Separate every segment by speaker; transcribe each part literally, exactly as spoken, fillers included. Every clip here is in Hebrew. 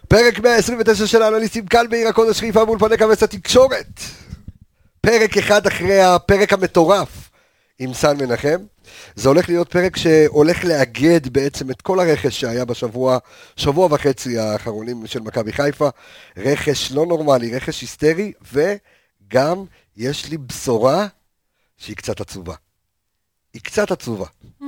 Speaker 1: פרק מאה עשרים ותשע של האנליסטים כאן בעיר הקודש חיפה מול פני כבש התקשורת. פרק אחד אחרי הפרק המטורף עם סן מנחם. זה הולך להיות פרק שהולך לאגד בעצם את כל הרכש שהיה בשבוע, שבוע וחצי האחרונים של מכבי חיפה. רכש לא נורמלי, רכש היסטרי, וגם יש לי בשורה שהיא קצת עצובה. היא קצת עצובה.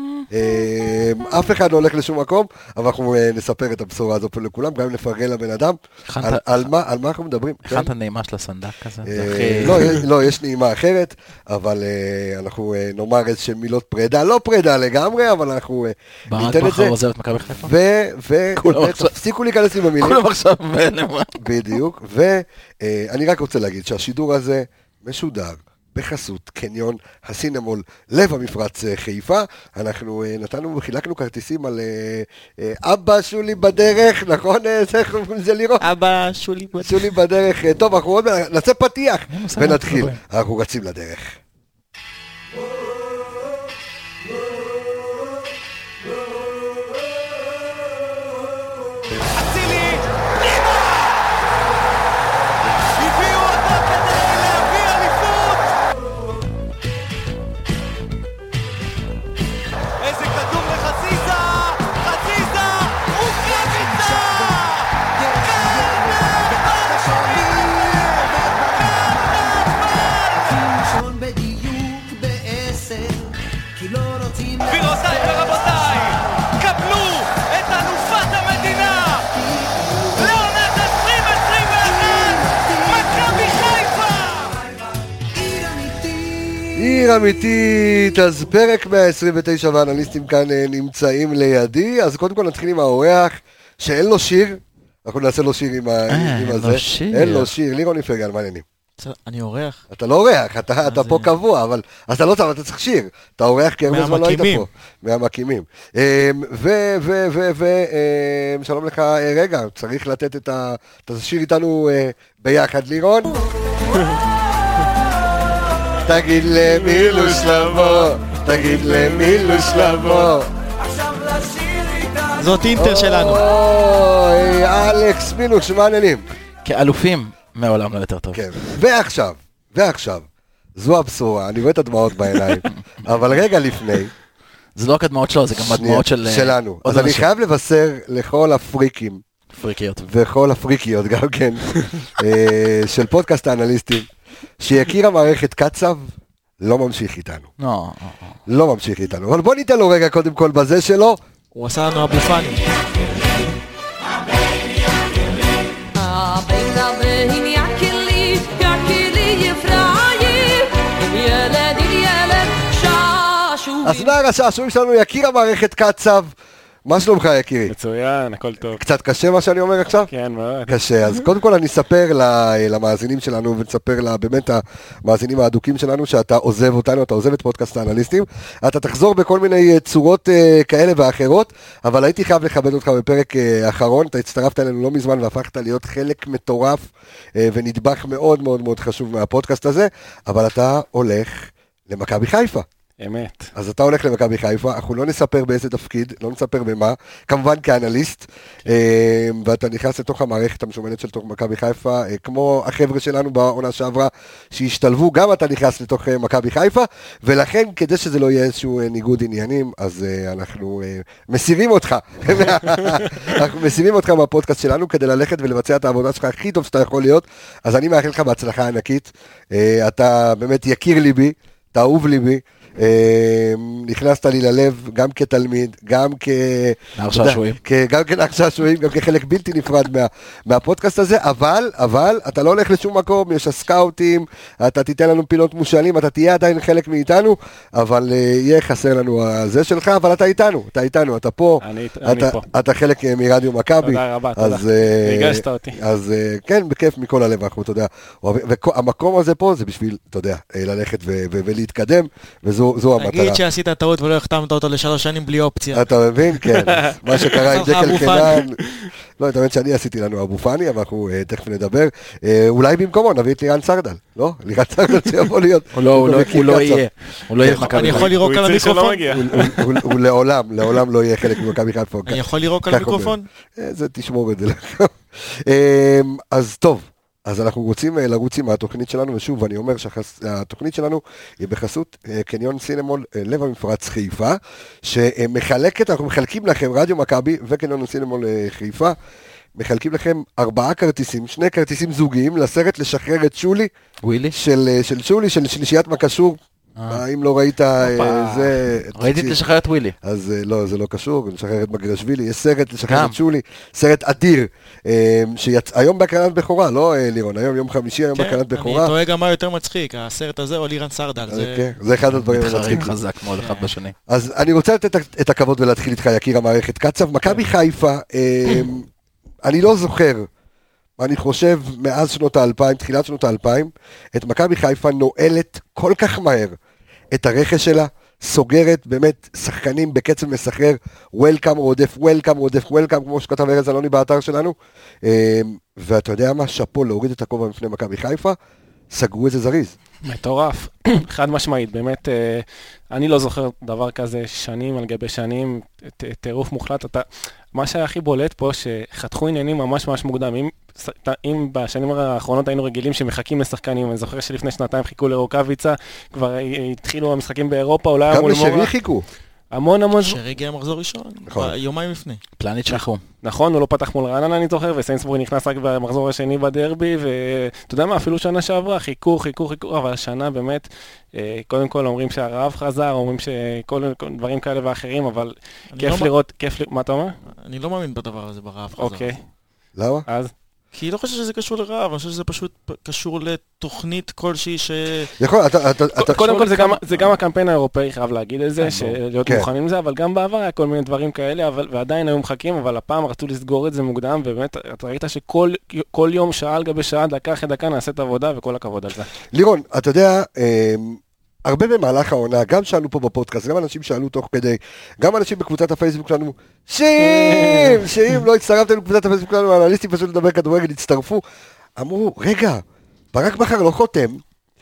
Speaker 1: אף אחד לא הולך לשום מקום, אבל אנחנו נספר את הבשורה הזו פה לכולם, גם נפרגן לבן אדם. על מה אנחנו מדברים?
Speaker 2: הכנת נעימה של הסנדק כזה?
Speaker 1: לא, יש נעימה אחרת, אבל אנחנו נאמר איזושהי מילות פרידה, לא פרידה לגמרי, אבל אנחנו ניתן את זה. ותפסיקו להיכנס עם המילים.
Speaker 2: כולם עכשיו בנמה.
Speaker 1: בדיוק, ואני רק רוצה להגיד שהשידור הזה משודר בחסות קניון הסינמול לב המפרץ חיפה. אנחנו נתנו וחילקנו כרטיסים על אבא שולי בדרך, נכון? זה לראות?
Speaker 2: אבא שולי בדרך.
Speaker 1: שולי בדרך. טוב, אנחנו עוד נעשה פתיח ונתחיל. אנחנו רצים לדרך. עיר אמיתית, אז פרק מאה עשרים ותשע והאנליסטים כאן נמצאים לידי. אז קודם כל נתחיל עם האורח שאין לו שיר, אנחנו נעשה לו שיר עם הזה. אין לו שיר, לירון יפרגן, מה העניינים?
Speaker 2: אני אורח.
Speaker 1: אתה לא אורח, אתה פה קבוע, אבל אתה לא צריך, אתה צריך שיר. אתה אורח כי הרבה זמן לא היית פה. מהמקימים. ושלום לך, רגע, צריך לתת את השיר איתנו ביחד, לירון. תגיד למילוש לבוא, תגיד למילוש לבוא.
Speaker 2: זאת אינטר שלנו.
Speaker 1: אוי, אלכס מילוש, מה העניינים?
Speaker 2: כאלופים מעולם לא יותר טוב.
Speaker 1: כן, ועכשיו, ועכשיו, זו הבשורה, אני רואה את הדמעות בעיניים, אבל רגע לפני.
Speaker 2: זה לא רק הדמעות שלו, זה גם הדמעות
Speaker 1: שלנו. אז אני חייב לבשר לכל הפריקים.
Speaker 2: פריקיות.
Speaker 1: וכל הפריקיות גם כן, של פודקאסט האנליסטים. שיקיר המערכת קצב לא ממשיך איתנו.
Speaker 2: לא.
Speaker 1: לא ממשיך איתנו. אבל בוא ניתן לו רגע קודם כל בזה שלו.
Speaker 2: הוא עשה לנו אבופני.
Speaker 1: אז נער השעשועים שלנו יקיר המערכת קצב. מה שלומך יקירי?
Speaker 3: מצוין, הכל טוב.
Speaker 1: קצת קשה מה שאני אומר עכשיו?
Speaker 3: כן, מאוד.
Speaker 1: קשה, אז קודם כל אני אספר למאזינים שלנו, ונספר באמת המאזינים האדוקים שלנו, שאתה עוזב אותנו, אתה עוזב את פודקאסט האנליסטים, אתה תחזור בכל מיני צורות כאלה ואחרות, אבל הייתי חייב לכבד אותך בפרק האחרון, אתה הצטרפת אלינו לא מזמן, והפכת להיות חלק מטורף, ונדבך מאוד מאוד מאוד חשוב מהפודקאסט הזה, אבל אתה הולך למכבי חיפה.
Speaker 3: אמת.
Speaker 1: אז אתה הולך למכבי חיפה, אנחנו לא נספר באיזה תפקיד, לא נספר במה, כמובן כאנליסט, ואתה נכנס לתוך המערכת המשומנת של תוך מכבי חיפה, כמו החבר'ה שלנו בעונה שעברה, שהשתלבו, גם אתה נכנס לתוך מכבי חיפה, ולכן כדי שזה לא יהיה איזשהו ניגוד עניינים, אז אנחנו מסירים אותך, אנחנו מסירים אותך מהפודקאסט שלנו, כדי ללכת ולבצע את העבודה שלך הכי טוב שאתה יכול להיות, אז אני מאחל לך בהצלחה ענקית, אתה באמת יכיר ליבי, תאהוב ליבי, נכנסת לי ללב גם כתלמיד, גם
Speaker 2: כנער שעשועים,
Speaker 1: גם כנער שעשועים, גם כחלק בלתי נפרד מהפודקאסט הזה, אבל, אבל, אתה לא הולך לשום מקום, יש הסקאוטים, אתה תיתן לנו פינות מושאלים, אתה תהיה עדיין חלק מאיתנו, אבל יהיה חסר לנו זה שלך, אבל אתה איתנו, אתה איתנו, אתה פה, אתה חלק מרדיו מכבי.
Speaker 3: תודה רבה, תודה. הגשת אותי.
Speaker 1: אז כן, בכיף מכל הלב, אנחנו, אתה יודע, והמקום הזה פה, זה בשביל, אתה יודע, ללכת ולהתקדם, וזו זו המטרה.
Speaker 2: תגיד שעשית טעות ולא החתמת אותו לשלוש שנים בלי אופציה.
Speaker 1: אתה מבין? כן. מה שקרה עם דקל קנן. לא, אתה מבין שאני עשיתי לנו אבו פאני, אבל אנחנו תכף נדבר. אולי במקומו נביא את לירן סרדל. לא? לירן סרדל שיבוא להיות.
Speaker 2: הוא לא יהיה. הוא לא יהיה מכבי חיפה.
Speaker 3: אני יכול לירוק על המיקרופון?
Speaker 1: הוא לעולם, לעולם לא יהיה חלק ממכבי חיפה.
Speaker 2: אני יכול לירוק על המיקרופון?
Speaker 1: זה תשמור את זה. אז טוב. אז אנחנו רוצים לרוץ עם התוכנית שלנו, ושוב, אני אומר שהתוכנית שלנו היא בחסות קניון סינמול לב המפרץ חיפה, שמחלקת, אנחנו מחלקים לכם רדיו מכבי וקניון סינמול חיפה, מחלקים לכם ארבעה כרטיסים, שני כרטיסים זוגיים לסרט לשחרר את שולי,
Speaker 2: ווילי?
Speaker 1: של, של שולי, של שלישיית מקשור. אם לא ראית זה...
Speaker 2: ראיתי לשחרר את ווילי.
Speaker 1: אז לא, זה לא קשור, לשחרר את מגרשווילי, יש סרט לשחרר את שולי, סרט אדיר, שהיום בהקרנת בכורה, לא לירון, היום יום חמישי, היום בהקרנת בכורה.
Speaker 2: אני טועה גם מה יותר מצחיק, הסרט הזה או לירן סרדל.
Speaker 1: זה אחד הדברים המצחיקים.
Speaker 2: חזק מאוד אחד בשני.
Speaker 1: אז אני רוצה לתת את הכבוד ולהתחיל איתך, יקיר המערכת קצב, מכבי חיפה, אני לא זוכר, אני חושב מאז שנות האלפיים, תחילת שנות האלפיים, את מכבי חיפה נועלת כל כך מהר את הרכש שלה, סוגרת באמת שחקנים בקצב מסחרר, וולקאם רודף, וולקאם רודף, וולקאם, כמו שכתב ארז אלוני באתר שלנו, ואתה יודע מה, שפו להוריד את הכובע בפני מכבי חיפה, סגרו את זה זריז.
Speaker 3: מטורף, חד משמעית, באמת, אני לא זוכר דבר כזה שנים על גבי שנים, טירוף מוחלט, אתה, מה שהיה הכי בולט פה, שחתכו עניינים ממש ממש מוקדם, אם, אם בשנים האחרונות היינו רגילים שמחכים לשחקנים, אני זוכר שלפני שנתיים חיכו לרוקאביצה, כבר התחילו המשחקים באירופה, אולי
Speaker 1: גם לשרי חיכו.
Speaker 3: המון המון...
Speaker 2: שרי הגיע מחזור ראשון, יומיים לפני.
Speaker 3: פלניץ' שחום. נכון, הוא לא פתח מול רעננה, אני זוכר, וסיינסבורג נכנס רק במחזור השני בדרבי, ואתה יודע מה, אפילו שנה שעברה, חיכו, חיכו, חיכו, אבל השנה באמת, קודם כל אומרים שהרעב חזר, אומרים שכל דברים כאלה ואחרים, אבל כיף לראות, כיף לראות, מה אתה אומר?
Speaker 2: אני לא מאמין בדבר הזה, ברעב חזר.
Speaker 3: אוקיי.
Speaker 1: למה?
Speaker 3: אז?
Speaker 2: כי אני לא חושב שזה קשור לרעב, אני חושב שזה פשוט קשור לתוכנית כלשהי ש...
Speaker 1: יכול, אתה... אתה...
Speaker 3: קודם כל זה גם הקמפיין האירופאי, חייב להגיד את זה, להיות מוכנים לזה, אבל גם בעבר היה כל מיני דברים כאלה, ועדיין היו מחכים, אבל הפעם רצו לסגור את זה מוקדם, ובאמת, אתה ראית שכל יום, שעה על גבי שעה, דקה אחרי דקה נעשה את העבודה, וכל הכבוד על זה.
Speaker 1: לירון, אתה יודע... הרבה במהלך העונה, גם שאלו פה בפודקאסט, גם אנשים שאלו תוך כדי, גם אנשים בקבוצת הפייסבוק שלנו, שאם, שאם לא הצטרפתם לקבוצת הפייסבוק שלנו, האנליסטים פשוט לדבר כדורגל, הצטרפו, אמרו, רגע, ברק בכר לא חותם,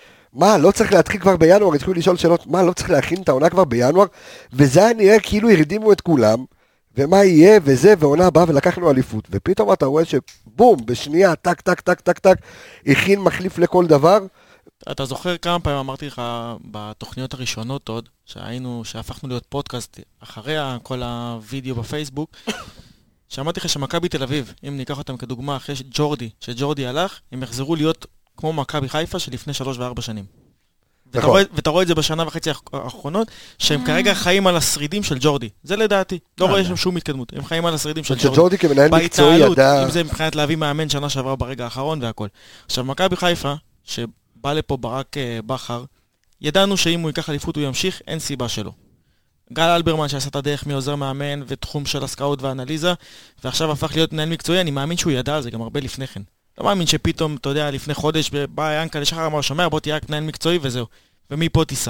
Speaker 1: מה, לא צריך להתחיל כבר בינואר, התחילו לשאול שאלות, מה, לא צריך להכין את העונה כבר בינואר, וזה היה נראה כאילו הרדימו את כולם, ומה יהיה, וזה, ועונה הבאה, ולקחנו אליפות, ופתאום אתה רואה שבום, בשנייה, טק, טק, טק, טק, טק, הכין מחליף לכל דבר,
Speaker 2: אתה זוכר כמה פעמים אמרתי לך בתוכניות הראשונות עוד, שהיינו, שהפכנו להיות פודקאסט אחרי כל הוידאו בפייסבוק, שאמרתי לך שמכבי תל אביב, אם ניקח אותם כדוגמה אחרי ג'ורדי, שג'ורדי הלך, הם יחזרו להיות כמו מכבי חיפה שלפני שלוש וארבע שנים. ואתה רואה, ואתה רואה את זה בשנה וחצי האחרונות, שהם כרגע חיים על השרידים של ג'ורדי. זה לדעתי. לא רואה שם שום התקדמות. הם חיים על השרידים של ג'ורדי.
Speaker 1: ג'ורדי כמנהל מקצועי ידע...
Speaker 2: אם זה מבחינת להביא מאמן שנה שעברה ברגע האחרון והכל. עכשיו, מכבי חיפה, שבא לפה ברק בכר, ידענו שאם הוא ייקח אליפות הוא ימשיך, אין סיבה שלו. גל אלברמן שעשה את הדרך מעוזר מאמן ותחום של הסקאוט ואנליזה, ועכשיו הפך להיות מנהל מקצועי, אני מאמין שהוא ידע על זה גם הרבה לפני כן. לא מאמין שפתאום, אתה יודע, לפני חודש בא ינקה לשחר אמר, שומע, בוא תהיה רק מנהל מקצועי וזהו. ומפה תיסע.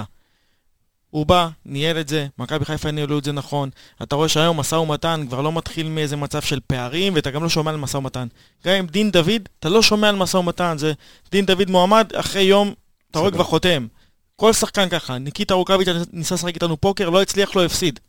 Speaker 2: הוא בא, ניהל את זה, מכבי חיפה ניהלו את זה נכון. אתה רואה שהיום מסע ומתן כבר לא מתחיל מאיזה מצב של פערים, ואתה גם לא שומע על מסע ומתן. גם עם דין דוד, אתה לא שומע על מסע ומתן, זה דין דוד מועמד, אחרי יום, אתה רואה כבר חותם. כל שחקן ככה, ניקיטה רוקאביץ' ניסה לשחק איתנו פוקר, לא הצליח, לא הפסיד.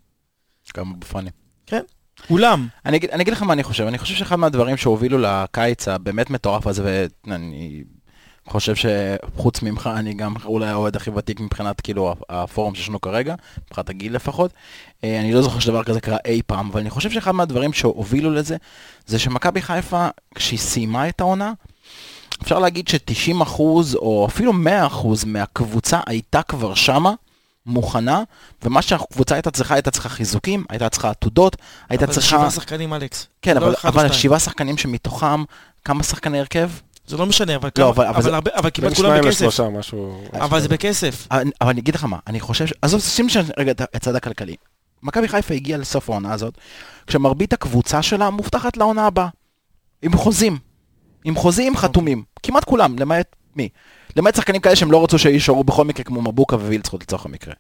Speaker 2: גם בפני. כן?
Speaker 3: כולם.
Speaker 2: אני אגיד, אני אגיד לך מה אני חושב. אני חושב שאחד מהדברים שהובילו לקיץ הבאמת מטורף הזה, ואני חושב שחוץ ממך, אני גם אולי העובד הכי ותיק מבחינת כאילו הפורום שישנו כרגע, מבחינת הגיל לפחות. אני לא זוכר שדבר כזה קרה אי פעם, אבל אני חושב שאחד מהדברים שהובילו לזה, זה שמכבי חיפה, כשהיא סיימה את העונה, אפשר להגיד ש-תשעים אחוז או אפילו מאה אחוז מהקבוצה הייתה כבר שמה, מוכנה, ומה שהקבוצה הייתה צריכה, הייתה צריכה חיזוקים, הייתה צריכה עתודות, הייתה צריכה... אבל שבעה שחקנים, אלכס.
Speaker 3: כן,
Speaker 2: אבל,
Speaker 3: אבל שבעה שחקנים שמתוכם, כמה שחקני הרכב?
Speaker 2: זה לא משנה, אבל, לא, אבל, אבל, אבל, אבל כמעט כולם בכסף. לשלושה, משהו... אבל זה בכסף.
Speaker 3: אבל, אבל אני אגיד לך מה, אני חושב... עזוב, שים שם רגע את הצד הכלכלי. מכבי חיפה הגיעה לסוף העונה הזאת, כשמרבית הקבוצה שלה מובטחת לעונה הבאה. עם חוזים. עם חוזים חתומים. כמעט כולם, למעט מי? למעט שחקנים כאלה שהם לא רצו שישארו בכל מקרה כמו מבוקה ווילצחוט לצורך המקרה.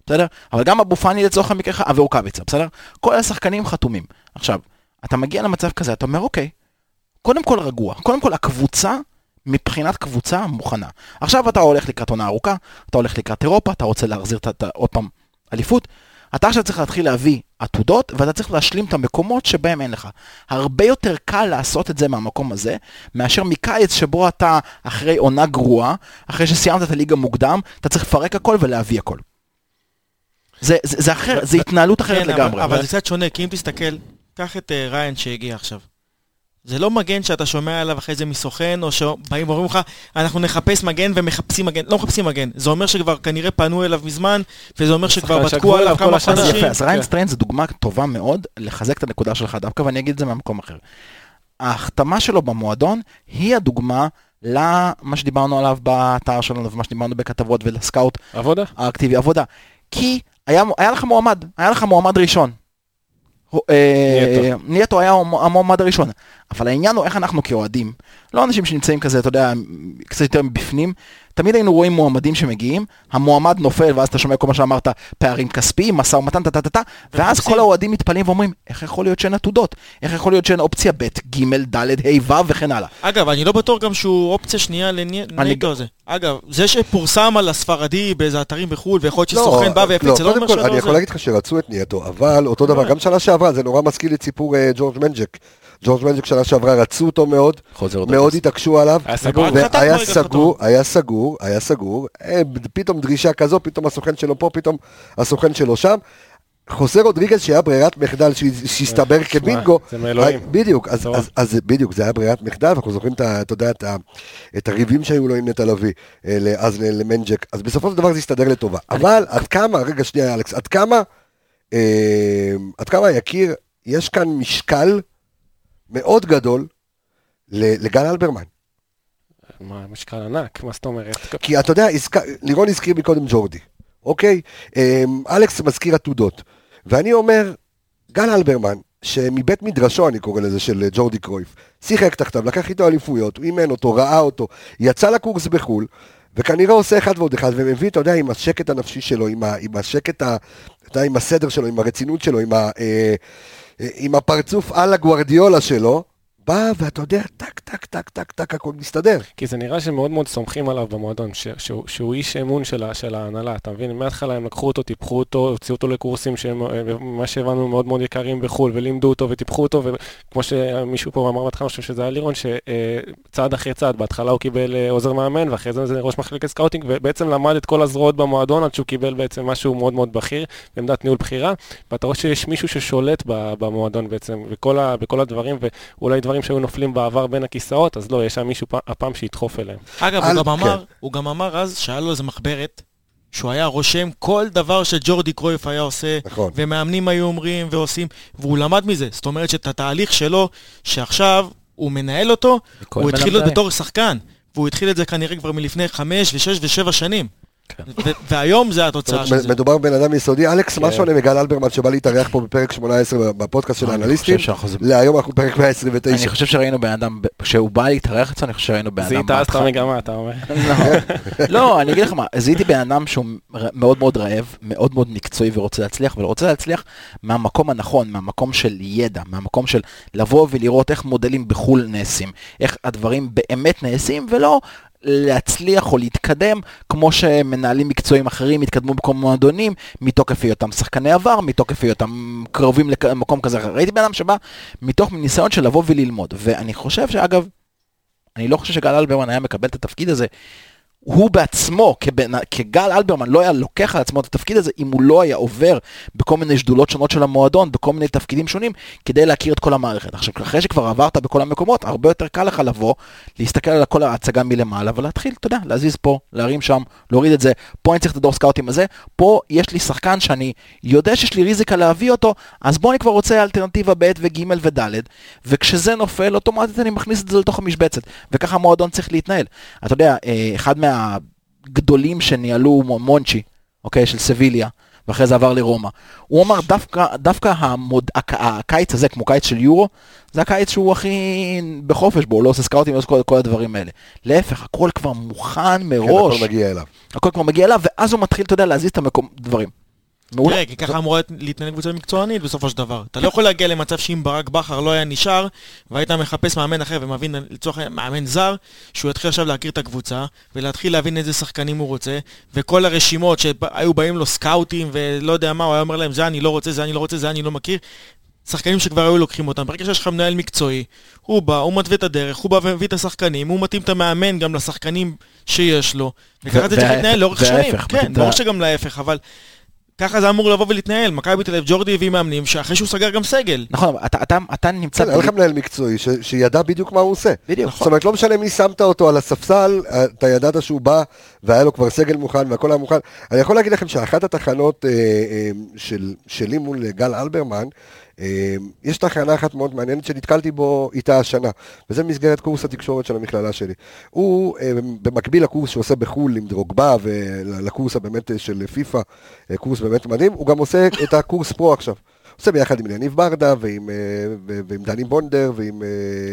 Speaker 4: בסדר? אבל גם אבו פאני לצורך המקרה, ורוקאביצה, בסדר? כל השחקנים חתומים. עכשיו, אתה מגיע למצב כזה, אתה אומר, אוקיי, קודם כל רגוע, קודם כל הקבוצה, מבחינת קבוצה מוכנה. עכשיו אתה הולך לקראת עונה ארוכה, אתה הולך לקראת אירופה, אתה רוצה להחזיר את עוד פעם אליפות, אתה עכשיו צריך להתחיל להביא עתודות, ואתה צריך להשלים את המקומות שבהם אין לך. הרבה יותר קל לעשות את זה מהמקום הזה, מאשר מקיץ שבו אתה אחרי עונה גרועה, אחרי שסיימת את הליגה מוקדם, אתה צריך לפרק הכל ולהביא הכל. זה, זה, זה אחר, זה התנהלות אחרת לגמרי.
Speaker 2: אבל זה קצת שונה, כי אם תסתכל, קח את ריין שהגיע עכשיו. זה לא מגן שאתה שומע עליו אחרי זה מסוכן, או שבאים ואומרים לך, אנחנו נחפש מגן ומחפשים מגן. לא מחפשים מגן. זה אומר שכבר כנראה פנו אליו מזמן, וזה אומר שכבר בדקו עליו כמה חודשים.
Speaker 4: יפה, אז ריין סטריינד זו דוגמה טובה מאוד לחזק את הנקודה שלך דווקא, ואני אגיד את זה מהמקום אחר. ההחתמה שלו במועדון היא הדוגמה למה שדיברנו עליו באתר שלנו, ומה שדיברנו בכתבות ולסקאוט.
Speaker 3: עבודה?
Speaker 4: האקטיבי, עבודה. כי היה, היה לך מועמד, היה לך מועמד ראשון. נייטו היה המועמד הראשון, אבל העניין הוא איך אנחנו כאוהדים, לא אנשים שנמצאים כזה, אתה יודע, קצת יותר מבפנים, תמיד היינו רואים מועמדים שמגיעים, המועמד נופל, ואז אתה שומע כל מה שאמרת, פערים כספיים, מסע ומתן, טטטטה, ואז כל האוהדים מתפלים ואומרים, איך יכול להיות שאין עתודות? איך יכול להיות שאין אופציה ב', ג', ד', ה', ו' וכן הלאה.
Speaker 2: אגב, אני לא בטוח גם שהוא אופציה שנייה לנייטו הזה. אגב, זה שפורסם על הספרדי באיזה אתרים בחול, ויכול להיות שסוכן בא והפיץ, זה לא אומר שלא זה.
Speaker 1: אני יכול להגיד לך שרצו את נייטו, אבל אותו דבר, גם שנה שעברה, זה נורא מזכיר לי ציפור ג'ורג' מנג'ק. ג'ורג' מנג'ק שנה שעברה רצו אותו מאוד, מאוד התעקשו עליו, והיה סגור, היה סגור, היה סגור, פתאום דרישה כזו, פתאום הסוכן שלו פה, פתאום הסוכן שלו שם, חוסה רודריגז שהיה ברירת מחדל שהסתבר כבינגו, בדיוק, אז בדיוק, זה היה ברירת מחדל, ואנחנו זוכרים את הריבים שהיו לו עם נטע לביא, אז למנג'ק, אז בסופו של דבר זה הסתדר לטובה, אבל עד כמה, רגע שנייה אלכס, עד כמה, עד כמה יקיר, יש כאן משקל מאוד גדול לגל אלברמן.
Speaker 3: מה, משקל ענק? מה זאת אומרת?
Speaker 1: כי אתה יודע, לירון הזכיר מקודם ג'ורדי, אוקיי? אלכס מזכיר עתודות, ואני אומר, גל אלברמן, שמבית מדרשו אני קורא לזה של ג'ורדי קרויף, שיחק תחתיו, לקח איתו אליפויות, הוא אימן אותו, ראה אותו, יצא לקורס בחול, וכנראה עושה אחד ועוד אחד, ומביא, אתה יודע, עם השקט הנפשי שלו, עם, ה, עם השקט, ה, אתה יודע, עם הסדר שלו, עם הרצינות שלו, עם, ה, אה, עם הפרצוף על הגוארדיולה שלו, בא ואתה יודע, טק, טק, טק, טק, טק, הכל מסתדר.
Speaker 3: כי זה נראה שמאוד מאוד סומכים עליו במועדון, ש- שהוא, שהוא איש אמון של, של ההנהלה, אתה מבין? מההתחלה הם לקחו אותו, טיפחו אותו, הוציאו אותו לקורסים שהם, מה שהבנו מאוד מאוד יקרים בחול, ולימדו אותו וטיפחו אותו, וכמו שמישהו פה אמר בהתחלה, אני חושב שזה היה לירון, שצעד אחרי צעד, בהתחלה הוא קיבל עוזר מאמן, ואחרי זה זה ראש מחלקת סקאוטינג, ובעצם למד את כל הזרועות במועדון, עד שהוא קיבל בעצם משהו מאוד מאוד בכיר, בעמדת ניהול בחירה, ואתה רואה שיש מישהו ששולט במועדון בעצם, בכל, ה, בכל הדברים, ואולי דברים שהיו נופלים בעבר בין הכיסאות, אז לא, יש שם מישהו הפעם שידחוף אליהם.
Speaker 2: אגב, הוא גם אמר, הוא גם אמר אז שהיה לו איזה מחברת, שהוא היה רושם כל דבר שג'ורדי קרויף היה עושה, ומאמנים היו אומרים ועושים, והוא למד מזה. זאת אומרת שאת התהליך שלו, שעכשיו הוא מנהל אותו, הוא התחיל להיות בתור שחקן, והוא התחיל את זה כנראה כבר מלפני חמש ושש ושבע שנים. והיום זה התוצאה של זה.
Speaker 1: מדובר בן אדם יסודי. אלכס, מה שונה מגל אלברמן שבא להתארח פה בפרק שמונה עשרה בפודקאסט של האנליסטים, להיום אנחנו בפרק מאה עשרים ותשע.
Speaker 4: אני חושב שראינו בן אדם, כשהוא בא להתארח אצלנו, אני חושב שראינו בן אדם...
Speaker 3: זיהית אז את המגמה, אתה אומר.
Speaker 4: לא, אני אגיד לך מה, זיהיתי בן אדם שהוא מאוד מאוד רעב, מאוד מאוד מקצועי ורוצה להצליח, ורוצה להצליח מהמקום הנכון, מהמקום של ידע, מהמקום של לבוא ולראות איך מודלים בחול נעשים, איך הדברים באמת נעשים, ולא להצליח או להתקדם, כמו שמנהלים מקצועיים אחרים התקדמו בכל מועדונים, מתוקף היותם שחקני עבר, מתוקף היותם קרובים למקום כזה. ראיתי בן אדם שבא מתוך ניסיון של לבוא וללמוד, ואני חושב שאגב, אני לא חושב שגל אלברמן היה מקבל את התפקיד הזה, הוא בעצמו, כבנ... כגל אלברמן, לא היה לוקח על עצמו את התפקיד הזה, אם הוא לא היה עובר בכל מיני שדולות שונות של המועדון, בכל מיני תפקידים שונים, כדי להכיר את כל המערכת. עכשיו, אחרי שכבר עברת בכל המקומות, הרבה יותר קל לך לבוא, להסתכל על כל ההצגה מלמעלה, ולהתחיל, אתה יודע, להזיז פה, להרים שם, להוריד את זה, פה אני צריך את הדור סקאוטים הזה, פה יש לי שחקן שאני יודע שיש לי ריזיקה להביא אותו, אז בוא אני כבר רוצה אלטרנטיבה ב' וג' וד', וכשזה נופל, אוטומטית אני מכניס את זה לתוך המשבצת, וככה המועדון צריך להתנהל. אתה יודע, אחד מה הגדולים שניהלו מונצ'י, אוקיי, של סביליה, ואחרי זה עבר לרומא. הוא אמר דווקא, דווקא המוד, הקיץ הזה, כמו קיץ של יורו, זה הקיץ שהוא הכי בחופש בו, הוא לא עושה סקאוטים, לא עושה כל, כל הדברים האלה. להפך, הכל כבר מוכן מראש.
Speaker 1: כן, הכל מגיע אליו.
Speaker 4: הכל כבר מגיע אליו, ואז הוא מתחיל, אתה יודע, להזיז את המקום, דברים. מעולה.
Speaker 2: תראה, כי ככה אמורה להתנהל קבוצה מקצוענית בסופו של דבר. אתה לא יכול להגיע למצב שאם ברק בכר לא היה נשאר, והיית מחפש מאמן אחר ומבין לצורך מאמן זר, שהוא יתחיל עכשיו להכיר את הקבוצה, ולהתחיל להבין איזה שחקנים הוא רוצה, וכל הרשימות שהיו באים לו סקאוטים, ולא יודע מה, הוא היה אומר להם, זה אני לא רוצה, זה אני לא רוצה, זה אני לא מכיר. שחקנים שכבר היו לוקחים אותם. ברגע שיש לך מנהל מקצועי, הוא בא, הוא מתווה את הדרך, הוא בא ומביא את השחקנים, הוא מתאים את המאמן גם לשחקנים שיש לו. וככה זה צריך להתנהל לאורך שנים. כן, ברור שגם להפך, אבל ככה זה אמור לבוא ולהתנהל. מכבי תל אביב, ג'ורדי הביא מאמנים, שאחרי שהוא סגר גם סגל.
Speaker 4: נכון, אתה, אתה, אתה נמצא...
Speaker 1: היה לך מנהל מקצועי ש- שידע בדיוק מה הוא עושה.
Speaker 4: בדיוק.
Speaker 1: זאת אומרת, לא משנה מי שמת אותו על הספסל, אתה ידעת שהוא בא, והיה לו כבר סגל מוכן, והכל היה מוכן. אני יכול להגיד לכם שאחת התחנות אה, אה, של, שלי מול גל אלברמן, אה, יש תחנה אחת מאוד מעניינת שנתקלתי בו איתה השנה, וזה מסגרת קורס התקשורת של המכללה שלי. הוא, אה, במקביל לקורס שעושה בחול עם דרוגבה, ולקורס באמת של פיפה, אה, קורס באמת מדהים, הוא גם עושה את הקורס פרו עכשיו. עושה ביחד עם יניב ברדה ועם, ועם דני בונדר ועם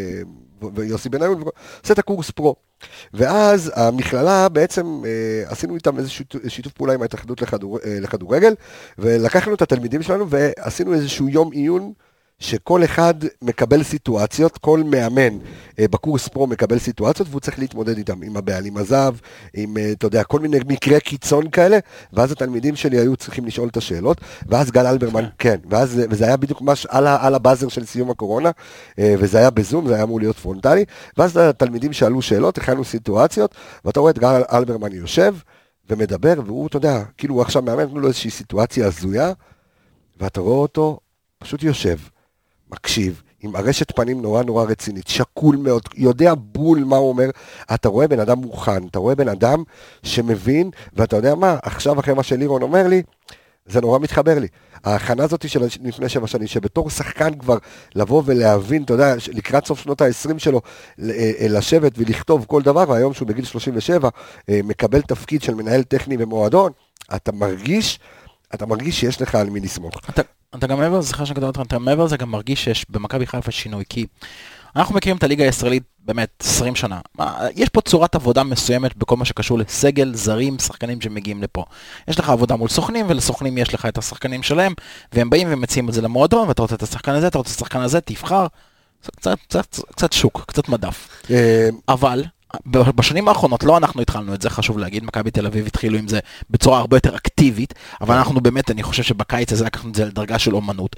Speaker 1: ויוסי בניון, עושה את הקורס פרו. ואז המכללה בעצם, עשינו איתם איזשהו שיתוף פעולה עם ההתאחדות לכדור, לכדורגל, ולקחנו את התלמידים שלנו ועשינו איזשהו יום עיון, שכל אחד מקבל סיטואציות, כל מאמן בקורס פרו מקבל סיטואציות, והוא צריך להתמודד איתם, עם הבעלים הזב, עם, אתה יודע, כל מיני מקרי קיצון כאלה, ואז התלמידים שלי היו צריכים לשאול את השאלות, ואז גל אלברמן, כן, ואז, וזה היה בדיוק ממש על, על הבאזר של סיום הקורונה, וזה היה בזום, זה היה אמור להיות פרונטלי, ואז התלמידים שאלו שאלות, הכנו סיטואציות, ואתה רואה את גל אלברמן יושב ומדבר, והוא, אתה יודע, כאילו הוא עכשיו מאמן, תנו לו איזושהי סיטואציה הזויה, ואתה רואה אותו פשוט יושב, מקשיב, עם הרשת פנים נורא נורא רצינית, שקול מאוד, יודע בול מה הוא אומר, אתה רואה בן אדם מוכן, אתה רואה בן אדם שמבין, ואתה יודע מה, עכשיו אחרי מה שלירון אומר לי, זה נורא מתחבר לי. ההכנה הזאת של לפני שבע שנים, שבתור שחקן כבר לבוא ולהבין, אתה יודע, לקראת סוף שנות ה-עשרים שלו, לשבת ולכתוב כל דבר, והיום שהוא בגיל שלושים ושבע, מקבל תפקיד של מנהל טכני במועדון, אתה מרגיש, אתה מרגיש שיש לך על מי לסמוך.
Speaker 4: אתה, אתה גם מעבר, זכר שאני כתוב אותך, אתה מעבר זה גם מרגיש שיש במכבי חיפה שינוי, כי אנחנו מכירים את הליגה הישראלית באמת עשרים שנה. יש פה צורת עבודה מסוימת בכל מה שקשור לסגל, זרים, שחקנים שמגיעים לפה. יש לך עבודה מול סוכנים, ולסוכנים יש לך את השחקנים שלהם, והם באים ומציעים את זה למועדון, ואתה רוצה את השחקן הזה, אתה רוצה את השחקן הזה, תבחר. קצת, קצת, קצת שוק, קצת מדף. אבל בשנים האחרונות לא אנחנו התחלנו את זה, חשוב להגיד, מכבי תל אביב התחילו עם זה בצורה הרבה יותר אקטיבית, אבל אנחנו באמת, אני חושב שבקיץ הזה לקחנו את זה לדרגה של אומנות.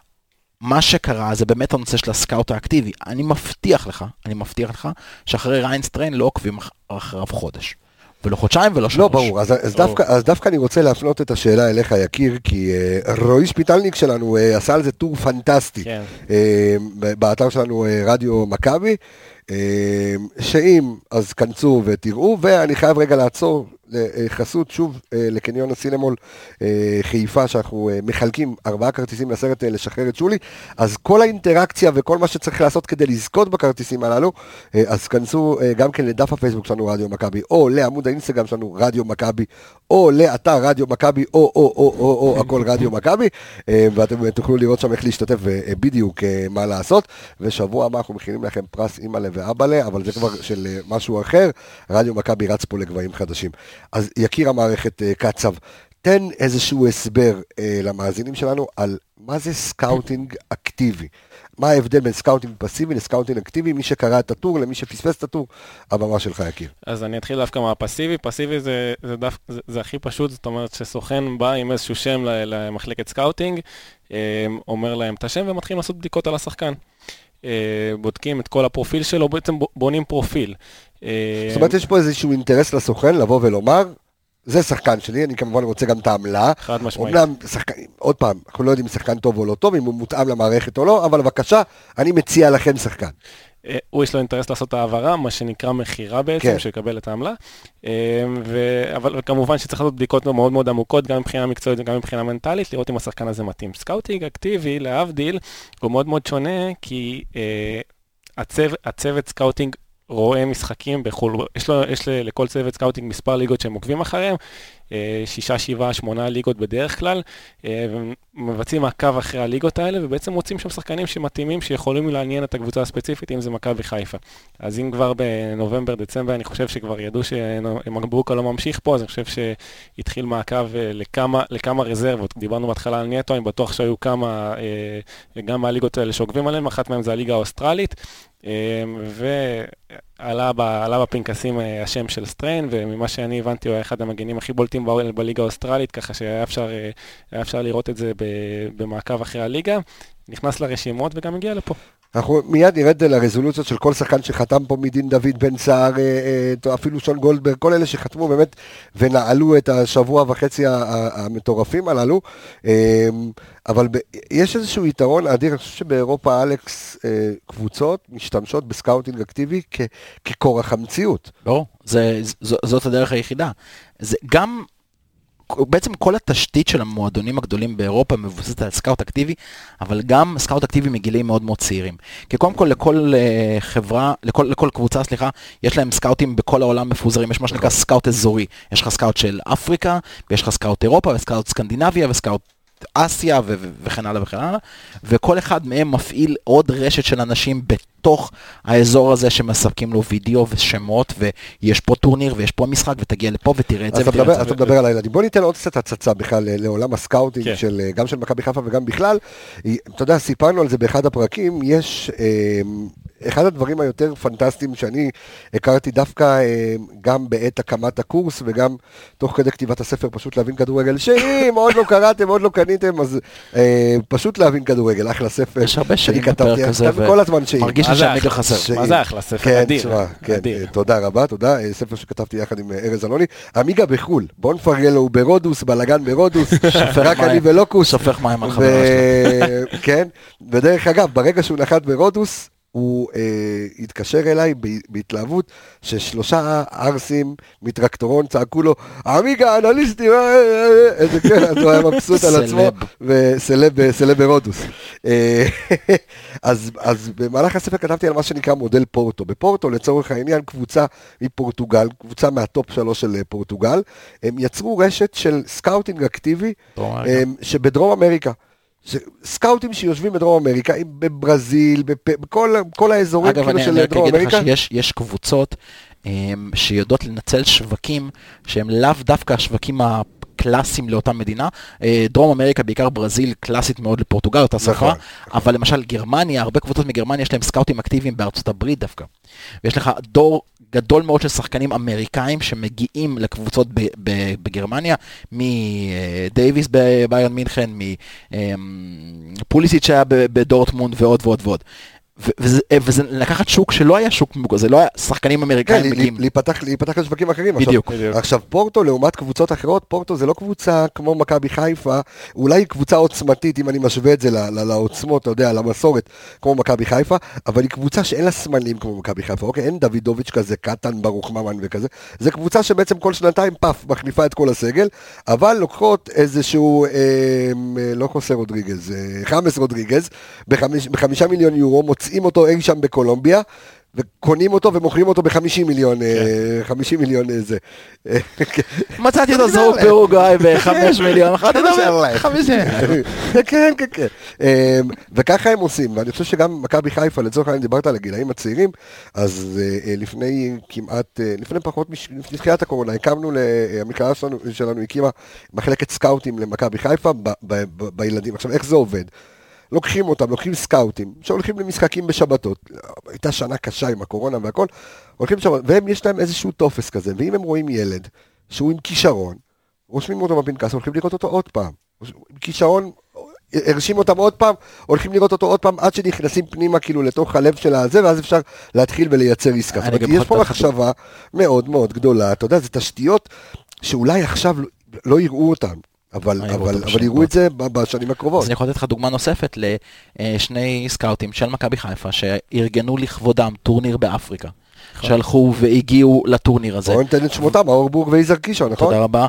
Speaker 4: מה שקרה זה באמת הנושא של הסקאוט האקטיבי. אני מבטיח לך, אני מבטיח לך, שאחרי ריינסטריין לא עוקבים אחריו חודש. ולא חודשיים ולא שלוש.
Speaker 1: לא, ברור. אז, אז, דווקא, אז דווקא אני רוצה להפנות את השאלה אליך, יקיר, כי uh, רועי שפיטלניק שלנו uh, עשה על זה טור פנטסטי. כן. Uh, באתר שלנו uh, רדיו מכבי, uh, שאם אז כנסו ותראו, ואני חייב רגע לעצור לחסות שוב לקניון הסינמול חיפה, שאנחנו מחלקים ארבעה כרטיסים לסרט לשחרר את שולי, אז כל האינטראקציה וכל מה שצריך לעשות כדי לזכות בכרטיסים הללו, אז כנסו גם כן לדף הפייסבוק שלנו רדיו מכבי, או לעמוד האינסטגרם שלנו רדיו מכבי, או לאתר רדיו מכבי, או או או או או הכל רדיו מכבי, ואתם תוכלו לראות שם איך להשתתף בדיוק מה לעשות, ושבוע הבא אנחנו מכינים לכם פרס אימא'לה ואבא'לה, אבל זה כבר של משהו אחר, רדיו מכבי רץ פה לגבהים חדשים. אז יקיר המערכת קצב, תן איזשהו הסבר אה, למאזינים שלנו על מה זה סקאוטינג אקטיבי. מה ההבדל בין סקאוטינג פסיבי לסקאוטינג אקטיבי, מי שקרא את הטור, למי שפספס את הטור, הבמה שלך יקיר.
Speaker 3: אז אני אתחיל דווקא מהפסיבי, פסיבי זה, זה, דף, זה, זה הכי פשוט, זאת אומרת שסוכן בא עם איזשהו שם למחלקת סקאוטינג, אה, אומר להם את השם ומתחילים לעשות בדיקות על השחקן. אה, בודקים את כל הפרופיל שלו, בעצם בונים פרופיל.
Speaker 1: זאת אומרת, יש פה איזשהו אינטרס לסוכן לבוא ולומר, זה שחקן שלי, אני כמובן רוצה גם את העמלה.
Speaker 3: חד משמעית.
Speaker 1: אומנם, שחקן, עוד פעם, אנחנו לא יודעים אם שחקן טוב או לא טוב, אם הוא מותאם למערכת או לא, אבל בבקשה, אני מציע לכם שחקן.
Speaker 3: הוא יש לו אינטרס לעשות את העברה, מה שנקרא מחירה בעצם, כן. שיקבל את העמלה. ו... אבל כמובן שצריך לעשות בדיקות מאוד מאוד עמוקות, גם מבחינה מקצועית וגם מבחינה מנטלית, לראות אם השחקן הזה מתאים. סקאוטינג אקטיבי, להבדיל, הוא מאוד מאוד שונה, כי הצו... הצוות סקאוטינג רואה משחקים בחול, יש, לו, יש לכל צוות סקאוטינג מספר ליגות שהם עוקבים אחריהם, שישה, שבעה, שמונה ליגות בדרך כלל, ומבצעים מעקב אחרי הליגות האלה, ובעצם מוצאים שם שחקנים שמתאימים, שיכולים לעניין את הקבוצה הספציפית, אם זה מכבי חיפה. אז אם כבר בנובמבר, דצמבר, אני חושב שכבר ידעו שמברוקה לא ממשיך פה, אז אני חושב שהתחיל מעקב לכמה, לכמה רזרבות. דיברנו בהתחלה על נטו, אני בטוח שהיו כמה, גם מהליגות האלה שעוקבים עליהם, אחת מהם זה הליגה האוסטרלית, ועלה בפנקסים השם של סטריין, וממה שאני הבנתי הוא היה אחד המגנים הכי בולטים בליגה האוסטרלית, ככה שהיה אפשר, היה אפשר לראות את זה במעקב אחרי הליגה, נכנס לרשימות וגם הגיע לפה.
Speaker 1: אנחנו מיד נרד לרזולוציות של כל שחקן שחתם פה מדין דוד בן סער, אפילו שון גולדברג, כל אלה שחתמו באמת ונעלו את השבוע וחצי המטורפים הללו, אבל יש איזשהו יתרון אדיר, אני חושב שבאירופה אלכס קבוצות משתמשות בסקאוטינג אקטיבי ככורח המציאות.
Speaker 4: לא, זאת הדרך היחידה. זה גם... בעצם כל התשתית של המועדונים הגדולים באירופה מבוססת על סקאוט אקטיבי, אבל גם סקאוט אקטיבי מגילים מאוד מאוד צעירים. כי קודם כל לכל חברה, לכל, לכל קבוצה, סליחה, יש להם סקאוטים בכל העולם מפוזרים, יש מה שנקרא סקאוט אזורי. יש לך סקאוט של אפריקה, ויש לך סקאוט אירופה, וסקאוט סקנדינביה, וסקאוט אסיה ו- וכן הלאה וכן הלאה, וכל אחד מהם מפעיל עוד רשת של אנשים בתוך האזור הזה שמספקים לו וידאו ושמות, ויש פה טורניר ויש פה משחק, ותגיע לפה ותראה את זה.
Speaker 1: אז אתה מדבר על הילדים. בוא ניתן עוד קצת הצצה בכלל לעולם הסקאוטינג, גם של מכבי חיפה וגם בכלל. אתה יודע, סיפרנו על זה באחד הפרקים, יש... אחד הדברים היותר פנטסטיים שאני הכרתי דווקא גם בעת הקמת הקורס וגם תוך כדי כתיבת הספר פשוט להבין כדורגל, שאם עוד לא קראתם, עוד לא קניתם, אז פשוט להבין כדורגל, אחלה ספר.
Speaker 4: יש הרבה שנים בפרק הזה
Speaker 1: ומרגיש
Speaker 3: לי שהמידע חסר. מה זה אחלה ספר? אדיר.
Speaker 1: תודה רבה, תודה. ספר שכתבתי יחד עם ארז אלוני. עמיגה בחול, בון פרגלו הוא ברודוס, בלגן ברודוס, רק אני ולוקוס.
Speaker 4: שופך מים על חברה שלו.
Speaker 1: כן, ודרך אגב, ברגע שהוא נחת ברודוס, הוא אה, התקשר אליי בהתלהבות ששלושה ארסים מטרקטורון צעקו לו, עמיגה, אנליסטים, איזה כן, אז הוא היה מבסוט על עצמו, וסלב, סלב ברודוס. אה, אז, אז במהלך הספר כתבתי על מה שנקרא מודל פורטו. בפורטו, לצורך העניין, קבוצה מפורטוגל, קבוצה מהטופ שלוש של פורטוגל, הם יצרו רשת של סקאוטינג אקטיבי, אה, שבדרום אמריקה, סקאוטים שיושבים בדרום אמריקה, בברזיל, בכל כל האזורים כאילו של דרום אמריקה.
Speaker 4: יש, יש קבוצות שיודעות לנצל שווקים שהם לאו דווקא השווקים הקלאסיים לאותה מדינה. דרום אמריקה, בעיקר ברזיל, קלאסית מאוד לפורטוגל, אותה שפה, אבל למשל גרמניה, הרבה קבוצות מגרמניה יש להם סקאוטים אקטיביים בארצות הברית דווקא. ויש לך דור גדול מאוד של שחקנים אמריקאים שמגיעים לקבוצות בגרמניה, מדייביס בביירן מינכן, מפוליסיץ' שהיה בדורטמונד ועוד ועוד ועוד. וזה לקחת שוק שלא היה שוק מוגז, זה לא היה שחקנים אמריקאים מגיעים.
Speaker 1: להיפתח לשווקים אחרים.
Speaker 4: בדיוק.
Speaker 1: עכשיו פורטו לעומת קבוצות אחרות, פורטו זה לא קבוצה כמו מכבי חיפה, אולי קבוצה עוצמתית אם אני משווה את זה לעוצמות, אתה יודע, למסורת כמו מכבי חיפה, אבל היא קבוצה שאין לה סמלים כמו מכבי חיפה, אוקיי? אין דוידוביץ' כזה, קטן, ברוך ממן וכזה. זה קבוצה שבעצם כל שנתיים פף מחליפה את כל הסגל, אבל לוקחות איזשהו, לא חוסה רודריגז, חמאס רודריגז, בחמישה מיליון יורו, מוצאים אותו אי שם בקולומביה, וקונים אותו ומוכרים אותו בחמישים מיליון, חמישים מיליון זה.
Speaker 4: מצאתי אותו זרוק באורוגוואי בחמש מיליון, חמישים.
Speaker 1: כן, כן, כן. וככה הם עושים, ואני חושב שגם מכבי חיפה, לצורך העניין דיברת על הגילאים הצעירים, אז לפני כמעט, לפני פחות, לפני תחילת הקורונה, הקמנו, המכללה שלנו הקימה מחלקת סקאוטים למכבי חיפה בילדים. עכשיו, איך זה עובד? לוקחים אותם, לוקחים סקאוטים, שהולכים למשחקים בשבתות, הייתה שנה קשה עם הקורונה והכל, הולכים לשבת, והם יש להם איזשהו טופס כזה, ואם הם רואים ילד שהוא עם כישרון, רושמים אותו בפנקס, הולכים לראות אותו עוד פעם, עם כישרון, הרשים אותם עוד פעם, הולכים לראות אותו עוד פעם, עד שנכנסים פנימה כאילו לתוך הלב של הזה, ואז אפשר להתחיל ולייצר עסקה. זאת אומרת, יש פה מחשבה מאוד מאוד גדולה, אתה יודע, זה תשתיות שאולי עכשיו לא יראו אותם, אבל, אבל, אבל יראו את זה בשנים הקרובות.
Speaker 4: אז אני יכול לתת לך דוגמה נוספת לשני סקאוטים של מכבי חיפה, שארגנו לכבודם טורניר באפריקה. שהלכו והגיעו לטורניר הזה.
Speaker 1: בואו ניתן את שמותם, האורבורג ויזהר קישון, נכון?
Speaker 4: תודה רבה.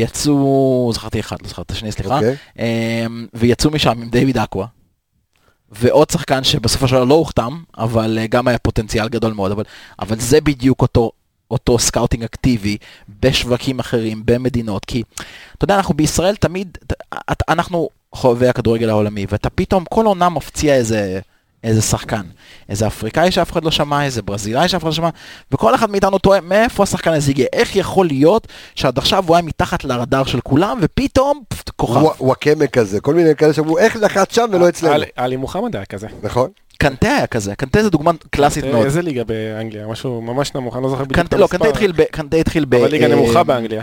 Speaker 4: ויצאו, זכרתי אחד, לא זכרתי השני, סליחה. ויצאו משם עם דיוויד אקווה. ועוד שחקן שבסופו של דבר לא הוחתם, אבל גם היה פוטנציאל גדול מאוד, אבל, אבל זה בדיוק אותו, אותו סקאוטינג אקטיבי בשווקים אחרים, במדינות, כי אתה יודע, אנחנו בישראל תמיד, אנחנו חובבי הכדורגל העולמי, ואתה פתאום כל עונה מפציע איזה, איזה שחקן, איזה אפריקאי שאף אחד לא שמע, איזה ברזילאי שאף אחד לא שמע, וכל אחד מאיתנו טועה, מאיפה השחקן הזה הגיע, איך יכול להיות שעד עכשיו הוא היה מתחת לרדאר של כולם, ופתאום כוכב.
Speaker 1: וואקמה כזה, כל מיני כאלה שאמרו, איך נחת שם ולא אצלנו.
Speaker 3: עלי מוחמד היה כזה.
Speaker 1: נכון.
Speaker 4: קנטה היה כזה, קנטה זה דוגמה קלאסית מאוד.
Speaker 3: איזה ליגה באנגליה? משהו ממש נמוך, אני לא זוכר בדיוק
Speaker 4: את המספר. לא, קנטה התחיל
Speaker 3: בליגה נמוכה באנגליה.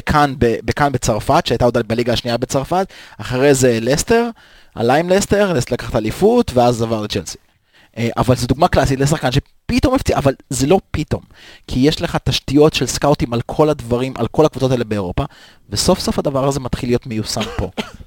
Speaker 4: בכאן בצרפת, שהייתה עוד בליגה השנייה בצרפת, אחרי זה לסטר, עלה עם לסטר, לסטר לקחת אליפות, ואז עבר לצ'לסי. אבל זו דוגמה קלאסית לשחקן שפתאום הפציע, אבל זה לא פתאום, כי יש לך תשתיות של סקאוטים על כל הדברים, על כל הקבוצות האלה באירופה, וסוף סוף הדבר הזה מתחיל להיות מיושם פה.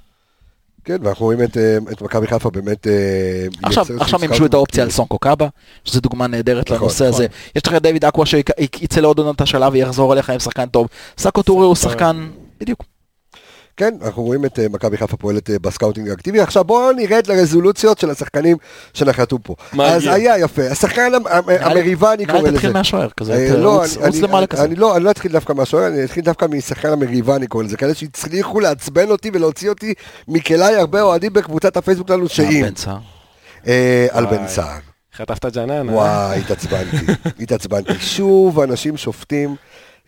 Speaker 1: כן, ואנחנו רואים את, את מכבי חיפה באמת...
Speaker 4: עכשיו, עכשיו ימשו את האופציה על סונקו קאבה, שזו דוגמה נהדרת נכון, לנושא נכון. הזה. יש לך דיוויד אקווה שיצא לעוד עונת השלב ויחזור אליך עם שחקן טוב. סאקו טורי הוא שחקן... בדיוק.
Speaker 1: כן, אנחנו רואים את מכבי חיפה פועלת בסקאוטינג האקטיבי. עכשיו בואו נרד לרזולוציות של השחקנים שנחתו פה. אז היה יפה. השחקן המריבה, אני קורא לזה.
Speaker 4: נראה תתחיל מהשוער כזה. לא,
Speaker 1: אני לא אתחיל דווקא מהשוער, אני אתחיל דווקא משחקן המריבה, אני קורא לזה. כאלה שהצליחו לעצבן אותי ולהוציא אותי מכלי הרבה אוהדים בקבוצת הפייסבוק לנו שאם.
Speaker 4: בן סער.
Speaker 1: על בן סער.
Speaker 3: חטפת ג'נן.
Speaker 1: וואי, התעצבנתי. התעצבנתי. שוב אנשים שופטים,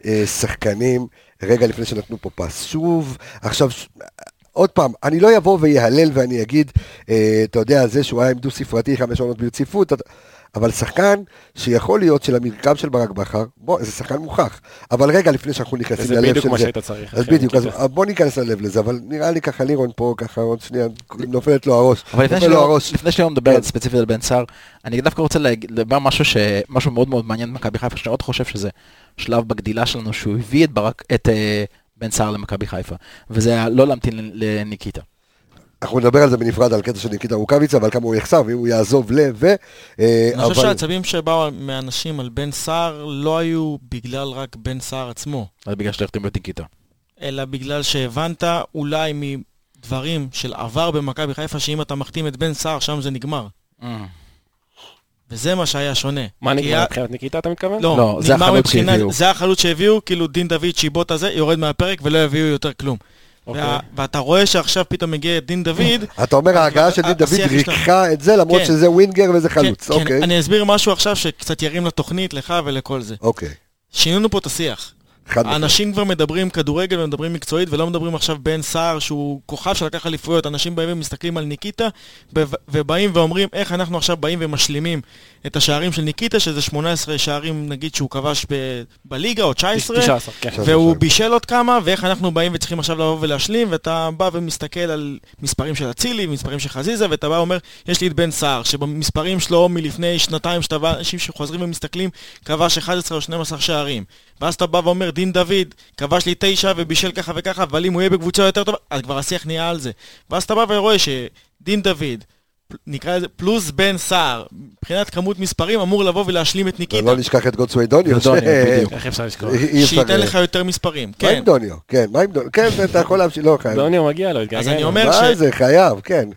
Speaker 1: שחקנים, רגע לפני שנתנו פה פס, שוב, עכשיו, עוד פעם, אני לא יבוא ויהלל ואני אגיד, אה, אתה יודע, זה שהוא היה עם דו ספרתי, חמש עונות ברציפות, אבל שחקן שיכול להיות של המרכב של ברק בכר, בוא, זה שחקן מוכח, אבל רגע לפני שאנחנו נכנסים ללב של זה.
Speaker 3: זה בדיוק מה שהיית צריך.
Speaker 1: אז בדיוק, אז בוא ניכנס ללב לזה, אבל נראה לי ככה לירון פה, ככה עוד שנייה, נופלת לו הראש.
Speaker 4: אבל לפני שאני מדבר ספציפית על בן סער, אני דווקא רוצה לדבר משהו מאוד מאוד מעניין במכבי חיפה, שאני עוד חושב שזה שלב בגדילה שלנו, שהוא הביא את ברק, את בן סער למכבי חיפה, וזה היה לא להמתין לניקיטה.
Speaker 1: אנחנו נדבר על זה בנפרד, על קטע של ניקיטה רוקאביצה, אבל כמה הוא יחסר, ואם הוא יעזוב לב, ו...
Speaker 2: אני חושב שהעצבים שבאו מאנשים על בן סער לא היו בגלל רק בן סער עצמו.
Speaker 4: אלא בגלל שתחתים את ניקיטה.
Speaker 2: אלא בגלל שהבנת אולי מדברים של עבר במכבי חיפה, שאם אתה מחתים את בן סער, שם זה נגמר. וזה מה שהיה שונה.
Speaker 3: מה נגמר? מבחינת ניקיטה אתה מתכוון?
Speaker 2: לא, זה החלוץ שהביאו. זה החלוץ שהביאו, כאילו דין דוד שיבוט הזה, יורד מהפרק ולא יביאו יותר כלום. ואתה רואה שעכשיו פתאום מגיע דין דוד.
Speaker 1: אתה אומר ההגעה של דין דוד ריקחה את זה, למרות שזה ווינגר וזה חלוץ.
Speaker 2: אני אסביר משהו עכשיו שקצת ירים לתוכנית, לך ולכל זה.
Speaker 1: אוקיי.
Speaker 2: שינינו פה את השיח. אנשים כבר מדברים כדורגל ומדברים מקצועית, ולא מדברים עכשיו בן סער שהוא כוכב שלקח אליפויות. אנשים באים ומסתכלים על ניקיטה, ובאים ואומרים איך אנחנו עכשיו באים ומשלימים את השערים של ניקיטה, שזה שמונה עשרה שערים נגיד שהוא כבש בליגה או תשע עשרה, והוא בישל עוד כמה, ואיך אנחנו באים וצריכים עכשיו לבוא ולהשלים, ואתה בא ומסתכל על מספרים של אצילי, מספרים של חזיזה, ואתה בא ואומר, יש לי את בן סער, שבמספרים שלו מלפני שנתיים, אנשים שחוזרים ומסתכלים, כבש אחד עשר או שנים עשר שערים. ואז אתה בא ואומר, דין דוד, כבש לי תשע ובישל ככה וככה, אבל אם הוא יהיה בקבוצה יותר טובה, אז כבר השיח נהיה על זה. ואז אתה בא ורואה שדין דוד, נקרא לזה פלוס בן סער, מבחינת כמות מספרים, אמור לבוא ולהשלים את ניקיטה.
Speaker 1: ולא נשכח את גוטסווי דוניו.
Speaker 3: איך אפשר לשכוח?
Speaker 2: שייתן לך יותר מספרים.
Speaker 1: מה עם דוניו? כן, מה עם דוניו? כן, אתה יכול להמשיך, לא חייב.
Speaker 3: דוניו מגיע לו,
Speaker 2: אז אני אומר ש...
Speaker 1: מה זה, חייב, כן.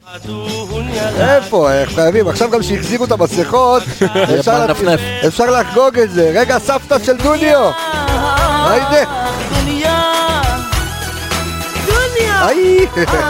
Speaker 1: איפה, חייבים. עכשיו גם שהחזירו את המסכות, אפשר לחגוג את זה. רגע, סבתא של דוניו. היידה. דוניו.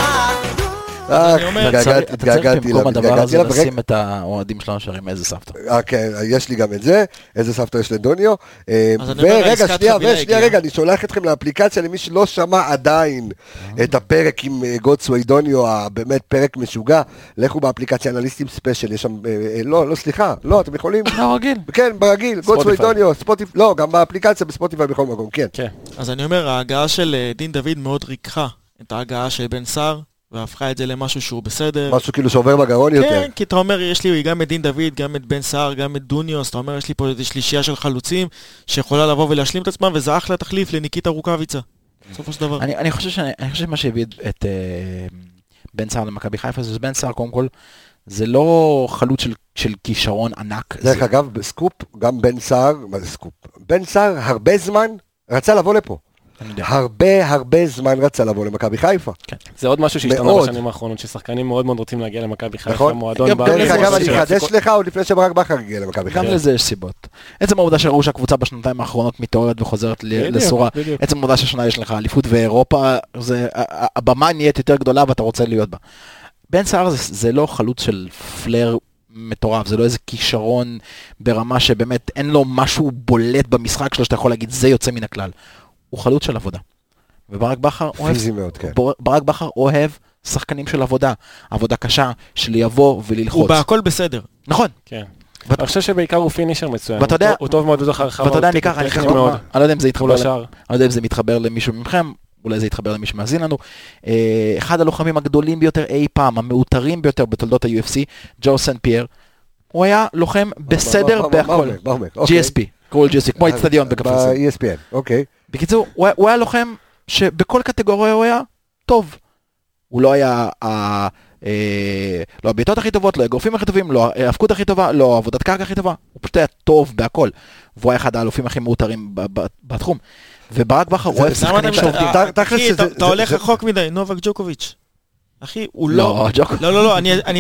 Speaker 4: התגעגעתי במקום הדבר הזה לשים את האוהדים שלנו שרים איזה סבתא.
Speaker 1: כן, יש לי גם את זה, איזה סבתא יש לדוניו. ורגע, שנייה, ושנייה, רגע, אני שולח אתכם לאפליקציה למי שלא שמע עדיין את הפרק עם גוטסווי דוניו, באמת פרק משוגע, לכו באפליקציה אנליסטים ספיישל, יש שם, לא, לא, סליחה, לא, אתם יכולים?
Speaker 4: לא, רגיל.
Speaker 1: כן, ברגיל, גוטסווי דוניו, ספוטיפיי, לא, גם באפליקציה בספוטיפיי בכל מקום, כן.
Speaker 2: אז אני אומר, ההגעה של דין דוד מאוד ריקחה את ההגעה של בן סער, והפכה את זה למשהו שהוא בסדר.
Speaker 1: משהו כאילו שעובר בגרון יותר.
Speaker 2: כן, כי אתה אומר, יש לי גם את דין דוד, גם את בן סער, גם את דוניו, אז אתה אומר, יש לי פה איזו שלישייה של חלוצים, שיכולה לבוא ולהשלים את עצמם, וזה אחלה תחליף לניקיטה רוקאביצה. בסופו של דבר.
Speaker 4: אני חושב שמה שהביא את בן סער למכבי חיפה, זה בן סער, קודם כל, זה לא חלוץ של כישרון ענק.
Speaker 1: דרך אגב, בסקופ, גם בן סער, מה זה סקופ? בן סער הרבה זמן רצה לבוא לפה. הרבה הרבה זמן רצה לבוא למכבי חיפה.
Speaker 3: זה עוד משהו שהשתנה בשנים האחרונות, ששחקנים מאוד מאוד רוצים להגיע למכבי חיפה, מועדון בארץ.
Speaker 1: דרך אגב, אני חדש לך עוד לפני שברק בכר הגיע למכבי חיפה.
Speaker 4: גם לזה יש סיבות. עצם העובדה שראו שהקבוצה בשנתיים האחרונות מתעוררת וחוזרת לסורה, עצם העובדה שהשנה יש לך אליפות ואירופה, הבמה נהיית יותר גדולה ואתה רוצה להיות בה. בן סער זה לא חלוץ של פלר מטורף, זה לא איזה כישרון ברמה שבאמת אין לו משהו בולט במשחק שלו שאתה יכול להגיד זה יוצא מן הכלל. הוא חלוץ של עבודה. וברק בכר אוהב,
Speaker 1: מאוד, כן.
Speaker 4: ברק בכר אוהב שחקנים של עבודה, עבודה קשה, של לבוא וללחוץ.
Speaker 2: הוא בהכל בסדר.
Speaker 4: נכון.
Speaker 3: כן. אני חושב שבעיקר הוא פינישר מצוין. הוא טוב מאוד בזוכר הרחבה.
Speaker 4: ואתה יודע, אני אקח, אני אקח דוגמה, אני לא יודע אם זה יתחבר,
Speaker 3: אני
Speaker 4: לא יודע אם זה מתחבר למישהו ממכם, אולי זה יתחבר למי שמאזין לנו. אחד הלוחמים הגדולים ביותר אי פעם, המאותרים ביותר בתולדות ה-יו אף סי, ג'ו סן פייר, הוא היה לוחם בסדר בהכל. ג'י אס פי, קרול ג'י אס פי, כמו אצטדיון בקפריסין.
Speaker 1: ב-אי אס פי אן, אוקיי.
Speaker 4: בקיצור, הוא היה לוחם שבכל קטגוריה הוא היה טוב. הוא לא היה לא הבעיטות הכי טובות, לא הגורפים הכי טובים, לא ההפקות הכי טובה, לא עבודת קרקע הכי טובה. הוא פשוט היה טוב בהכל. והוא היה אחד האלופים הכי מאותרים בתחום. וברק בכר אוהב שחקנים שעובדים.
Speaker 2: אתה הולך רחוק מדי, נובק ג'וקוביץ'. אחי, הוא לא... לא, לא, לא, אני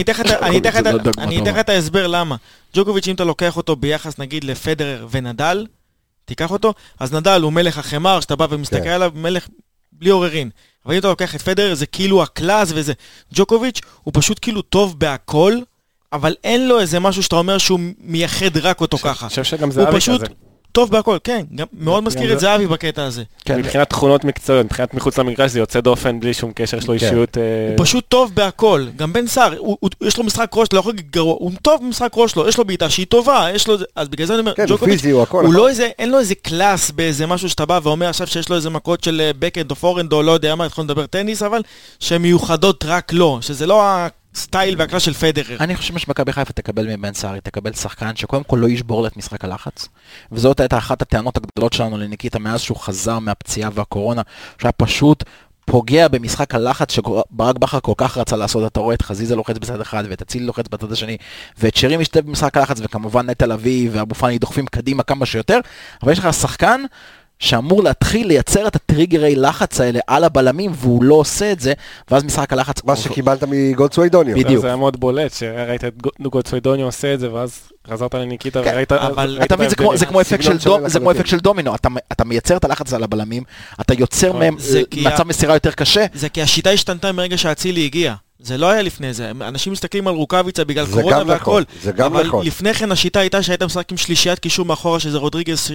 Speaker 2: אתן לך את ההסבר למה. ג'וקוביץ', אם אתה לוקח אותו ביחס, נגיד, לפדרר ונדל, תיקח אותו, אז נדל הוא מלך החמר, שאתה בא ומסתכל עליו, מלך בלי עוררין. אבל אם אתה לוקח את פדרר, זה כאילו הקלאס וזה. ג'וקוביץ' הוא פשוט כאילו טוב בהכל, אבל אין לו איזה משהו שאתה אומר שהוא מייחד רק אותו ככה.
Speaker 3: אני חושב שגם זה אבי כזה.
Speaker 2: טוב בהכל, כן, גם מאוד מזכיר את זהבי בקטע הזה.
Speaker 3: מבחינת תכונות מקצועיות, מבחינת מחוץ למגרש זה יוצא דופן בלי שום קשר, יש לו אישיות...
Speaker 2: הוא פשוט טוב בהכל, גם בן סער, יש לו משחק ראש, לא יכול להגיד גרוע, הוא טוב במשחק ראש שלו, יש לו בעיטה שהיא טובה, יש לו... אז בגלל זה אני אומר, ג'וקוביץ', הוא לא איזה, אין לו איזה קלאס באיזה משהו שאתה בא ואומר עכשיו שיש לו איזה מכות של בקאנד או פורנד או לא יודע מה, יכול לדבר טניס, אבל שהן מיוחדות רק לו, שזה לא הסטייל והקלאס של פדרר.
Speaker 4: אני חושב שמכבי חיפה תקבל מבן סער, תקבל שחקן שקודם כל לא ישבור את משחק הלחץ. וזאת הייתה אחת הטענות הגדולות שלנו לניקיטה מאז שהוא חזר מהפציעה והקורונה, שהיה פשוט פוגע במשחק הלחץ שברק בכר כל כך רצה לעשות. אתה רואה את חזיזה לוחץ בצד אחד ואת אצילי לוחץ בצד השני ואת שרי משתף במשחק הלחץ וכמובן נטע לביא ואבו פאני דוחפים קדימה כמה שיותר, אבל יש לך שחקן שאמור להתחיל לייצר את הטריגרי לחץ האלה על הבלמים, והוא לא עושה את זה, ואז משחק הלחץ...
Speaker 1: מה שקיבלת מגולדסווידוניו.
Speaker 4: בדיוק.
Speaker 3: זה היה מאוד בולט, שראית את גולדסווידוניו עושה את זה, ואז חזרת לניקיטה וראית...
Speaker 4: אתה מבין, זה כמו אפקט של דומינו, אתה מייצר את הלחץ על הבלמים, אתה יוצר מהם מצב מסירה יותר קשה.
Speaker 2: זה כי השיטה השתנתה מרגע שהצילי הגיע. זה לא היה לפני זה, אנשים מסתכלים על רוקאביצה בגלל קורונה והכל, אבל לפני כן השיטה הייתה שהיית משחק עם שלישיית קישור מאחורה, שזה רודריגס,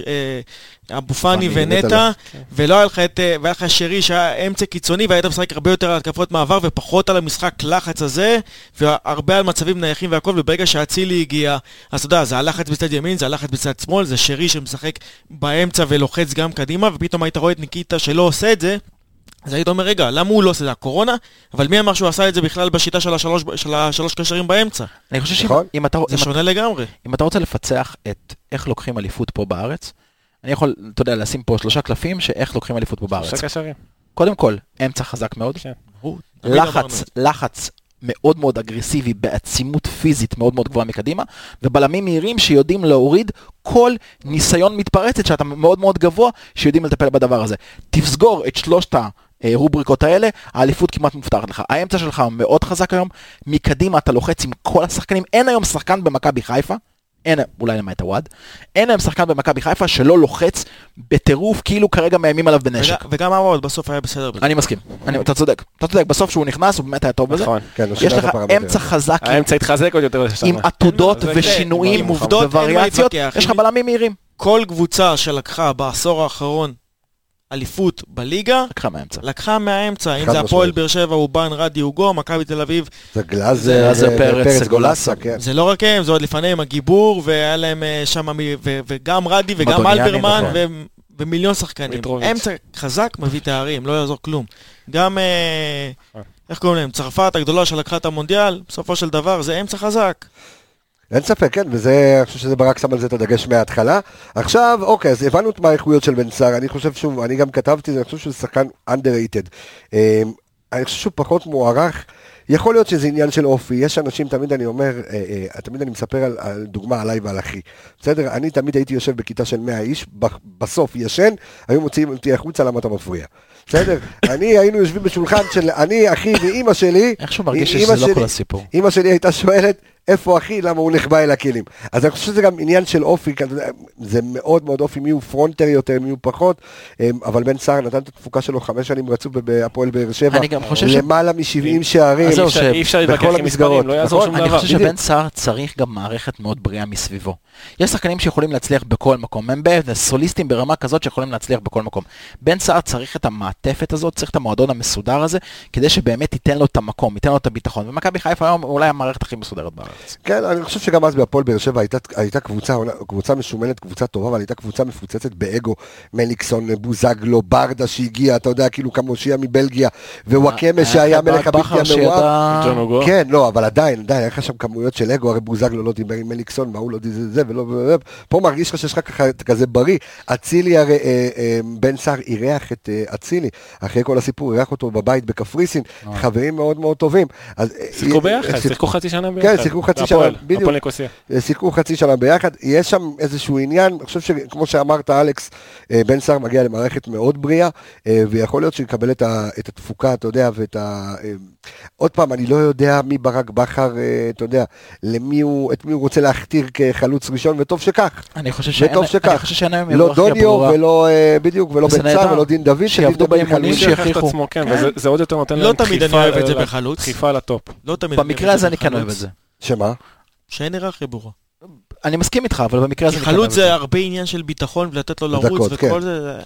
Speaker 2: אבו פאני ונטה, ולא היה לך שרי שהיה אמצע קיצוני, והיית משחק הרבה יותר על התקפות מעבר, ופחות על המשחק לחץ הזה, והרבה על מצבים נייחים והכל, וברגע שהצילי הגיע, אז אתה יודע, זה הלחץ בצד ימין, זה הלחץ בצד שמאל, זה שרי שמשחק באמצע ולוחץ גם קדימה, ופתאום היית רואה את ניקיטה שלא עושה את זה, אז היית אומר, רגע, למה הוא לא עושה את זה? הקורונה? אבל מי אמר שהוא עשה את זה בכלל בשיטה של השלוש, של השלוש קשרים באמצע?
Speaker 4: אני חושב שאם אתה...
Speaker 2: זה שונה לגמרי.
Speaker 4: אם אתה רוצה לפצח את איך לוקחים אליפות פה בארץ, אני יכול, אתה יודע, לשים פה שלושה קלפים שאיך לוקחים אליפות פה בארץ.
Speaker 3: שלושה קשרים.
Speaker 4: קודם כל, אמצע חזק מאוד. לחץ, לחץ מאוד מאוד אגרסיבי, בעצימות פיזית מאוד מאוד גבוהה מקדימה, ובלמים מהירים שיודעים להוריד כל ניסיון מתפרצת שאתה מאוד מאוד גבוה, שיודעים לטפל בדבר הזה. תסגור את שלושת הרובריקות האלה, האליפות כמעט מובטחת לך. האמצע שלך מאוד חזק היום, מקדימה אתה לוחץ עם כל השחקנים, אין היום שחקן במכבי חיפה, אין, אולי למעט הוואד, אין היום שחקן במכבי חיפה שלא לוחץ בטירוף, כאילו כרגע מאיימים עליו בנשק.
Speaker 2: וגם הוואד בסוף היה בסדר.
Speaker 4: אני מסכים, אתה צודק, אתה צודק, בסוף שהוא נכנס הוא באמת היה טוב בזה. יש לך אמצע חזק,
Speaker 3: האמצע התחזק עוד יותר
Speaker 4: עם עתודות ושינויים ווריאציות, יש לך בלמים מהירים.
Speaker 2: כל קבוצה שלקחה בעשור האחרון אליפות בליגה,
Speaker 4: לקחה מהאמצע.
Speaker 2: לקחה מהאמצע, אם זה הפועל באר שבע, אובן, רדי, אוגו, מכבי תל אביב.
Speaker 1: זה גלאזר, פרץ, גולסה, כן.
Speaker 2: זה לא רק הם, זה עוד לפניהם הגיבור, והיה להם שם, וגם רדי, וגם אלברמן, ומיליון שחקנים. אמצע חזק מביא תארים, לא יעזור כלום. גם, איך קוראים להם, צרפת הגדולה שלקחה את המונדיאל, בסופו של דבר, זה אמצע חזק.
Speaker 1: אין ספק, כן, וזה, אני חושב שזה ברק שם על זה את הדגש מההתחלה. עכשיו, אוקיי, אז הבנו את מה האיכויות של בן סער, אני חושב שוב, אני גם כתבתי, אני חושב שהוא שחקן underrated. אני חושב שהוא פחות מוערך, יכול להיות שזה עניין של אופי, יש אנשים, תמיד אני אומר, אה, אה, תמיד אני מספר על, על דוגמה עליי ועל אחי, בסדר? אני תמיד הייתי יושב בכיתה של מאה איש, בסוף ישן, היו מוציאים אותי החוצה למה אתה מפריע. בסדר? אני היינו יושבים בשולחן של אני, אחי ואימא שלי.
Speaker 4: איכשהו מרגיש שזה לא כל הסיפור.
Speaker 1: אמא שלי הייתה שואלת, איפה אחי? למה הוא נחבא אל הכלים? אז אני חושב שזה גם עניין של אופי, זה מאוד מאוד אופי, מי הוא פרונטר יותר, מי הוא פחות, אבל בן סער נתן את התפוקה שלו חמש שנים רצו בהפועל באר שבע, למעלה מ-שבעים שערים,
Speaker 3: אי אפשר להתווכח עם מספרים, לא יעזור שום דבר.
Speaker 4: אני חושב שבן סער צריך גם מערכת מאוד בריאה מסביבו. יש שחקנים שיכולים להצליח בכל מקום, הם סוליסטים ברמה כזאת שיכולים להצליח בכל מקום. בן סער צריך את המעטפת הזאת, צריך את המועדון המסודר הזה, כדי שבאמת ייתן לו את המקום, ייתן לו את הביטחון. ומכבי חיפה היום אולי המערכת הכי מסודרת בארץ.
Speaker 1: כן, אני חושב שגם אז בהפועל באר שבע הייתה, הייתה קבוצה, קבוצה משומנת, קבוצה טובה, אבל הייתה קבוצה מפוצצת באגו, מליקסון, בוזגלו, ברדה שהגיע, אתה יודע, כאילו כמושיע מבלגיה, ווואקמה שהיה מלך הבלתי המעורב. כן, לא, אבל עדיין, עדיין, היה שם כמויות של אגו, הרי בוזגלו לא דיבר עם מליקסון, והוא לא דיבר זה ולא, פה מרגיש לך שיש לך כזה בריא. אצילי, הרי בן סער אירח את אצילי, אחרי כל הסיפור, אירח אותו בבית בקפריסין, חברים מאוד מאוד טובים.
Speaker 3: שיחקו ביחד, שיחקו חצי שנה ביחד.
Speaker 1: כן, שיחקו חצי שנה, בדיוק. שיחקו חצי שנה ביחד. יש שם איזשהו עניין, אני חושב שכמו שאמרת אלכס, בן סער מגיע למערכת מאוד בריאה, ויכול להיות שיקבל את התפוקה, אתה יודע, ואת ה... עוד פעם, אני לא יודע מי ברק בכר, אתה יודע, למי הוא, את מי הוא רוצה להכתיר כחלוץ ראשון, וטוב שכך.
Speaker 4: אני חושב שאין היום
Speaker 1: לא דוניו ולא, בדיוק, ולא בן סער ולא דין דוד,
Speaker 4: שיעבדו באימונים, שיחייכו.
Speaker 3: וזה עוד יותר נותן
Speaker 2: להם
Speaker 3: דחיפה לטופ.
Speaker 4: במקרה הזה אני כן אוהב את זה.
Speaker 1: שמה?
Speaker 2: שאין היררכיה ברורה.
Speaker 4: אני מסכים איתך, אבל במקרה הזה...
Speaker 2: כי חלוץ זה הרבה עניין של ביטחון ולתת לו לרוץ וכל זה...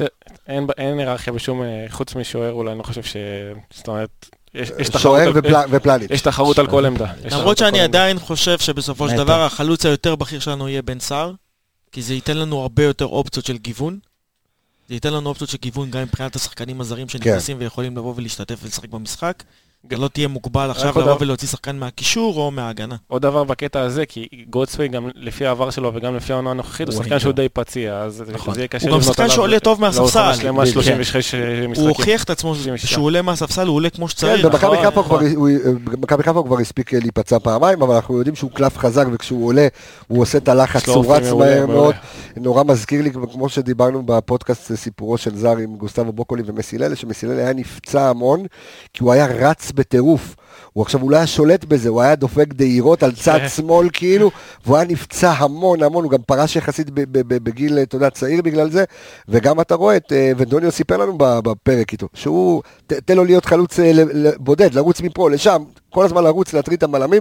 Speaker 3: אין היררכיה בשום, חוץ משוער אולי, אני חושב ש... זאת אומרת...
Speaker 1: שוער ופלניץ'.
Speaker 3: יש תחרות על כל עמדה.
Speaker 2: למרות שאני עדיין חושב שבסופו של דבר החלוץ היותר בכיר שלנו יהיה בן סער, כי זה ייתן לנו הרבה יותר אופציות של גיוון. זה ייתן לנו אופציות של גיוון גם מבחינת השחקנים הזרים שנכנסים ויכולים לבוא ולהשתתף ולשחק במשחק. לא תהיה מוגבל עכשיו לבוא ולהוציא שחקן מהקישור או מההגנה.
Speaker 3: עוד דבר בקטע הזה, כי גולדסווי גם לפי העבר שלו וגם לפי העונה הנוכחית, הוא שחקן שהוא די פציע, אז זה יהיה קשה.
Speaker 2: הוא גם שחקן שעולה טוב מהספסל. הוא הוכיח את עצמו שהוא עולה מהספסל, הוא עולה כמו שצריך.
Speaker 1: במכבי חיפה הוא כבר הספיק להיפצע פעמיים, אבל אנחנו יודעים שהוא קלף חזק, וכשהוא עולה, הוא עושה את הלחץ, הוא רץ מהר מאוד. נורא מזכיר לי, כמו שדיברנו בפודקאסט סיפורו של זר עם גוסטבו בוקולי ומסיללה, שמסיללה היה נפצע המון, כי הוא היה רץ בטירוף, הוא עכשיו הוא לא היה שולט בזה, הוא היה דופק דהירות על צד שמאל כאילו, והוא היה נפצע המון המון, הוא גם פרש יחסית בגיל, אתה יודע, צעיר בגלל זה, וגם אתה רואה את, ודוניו סיפר לנו בפרק איתו, שהוא, תן לו להיות חלוץ בודד, לרוץ מפה לשם, כל הזמן לרוץ, להטריד את המלמים,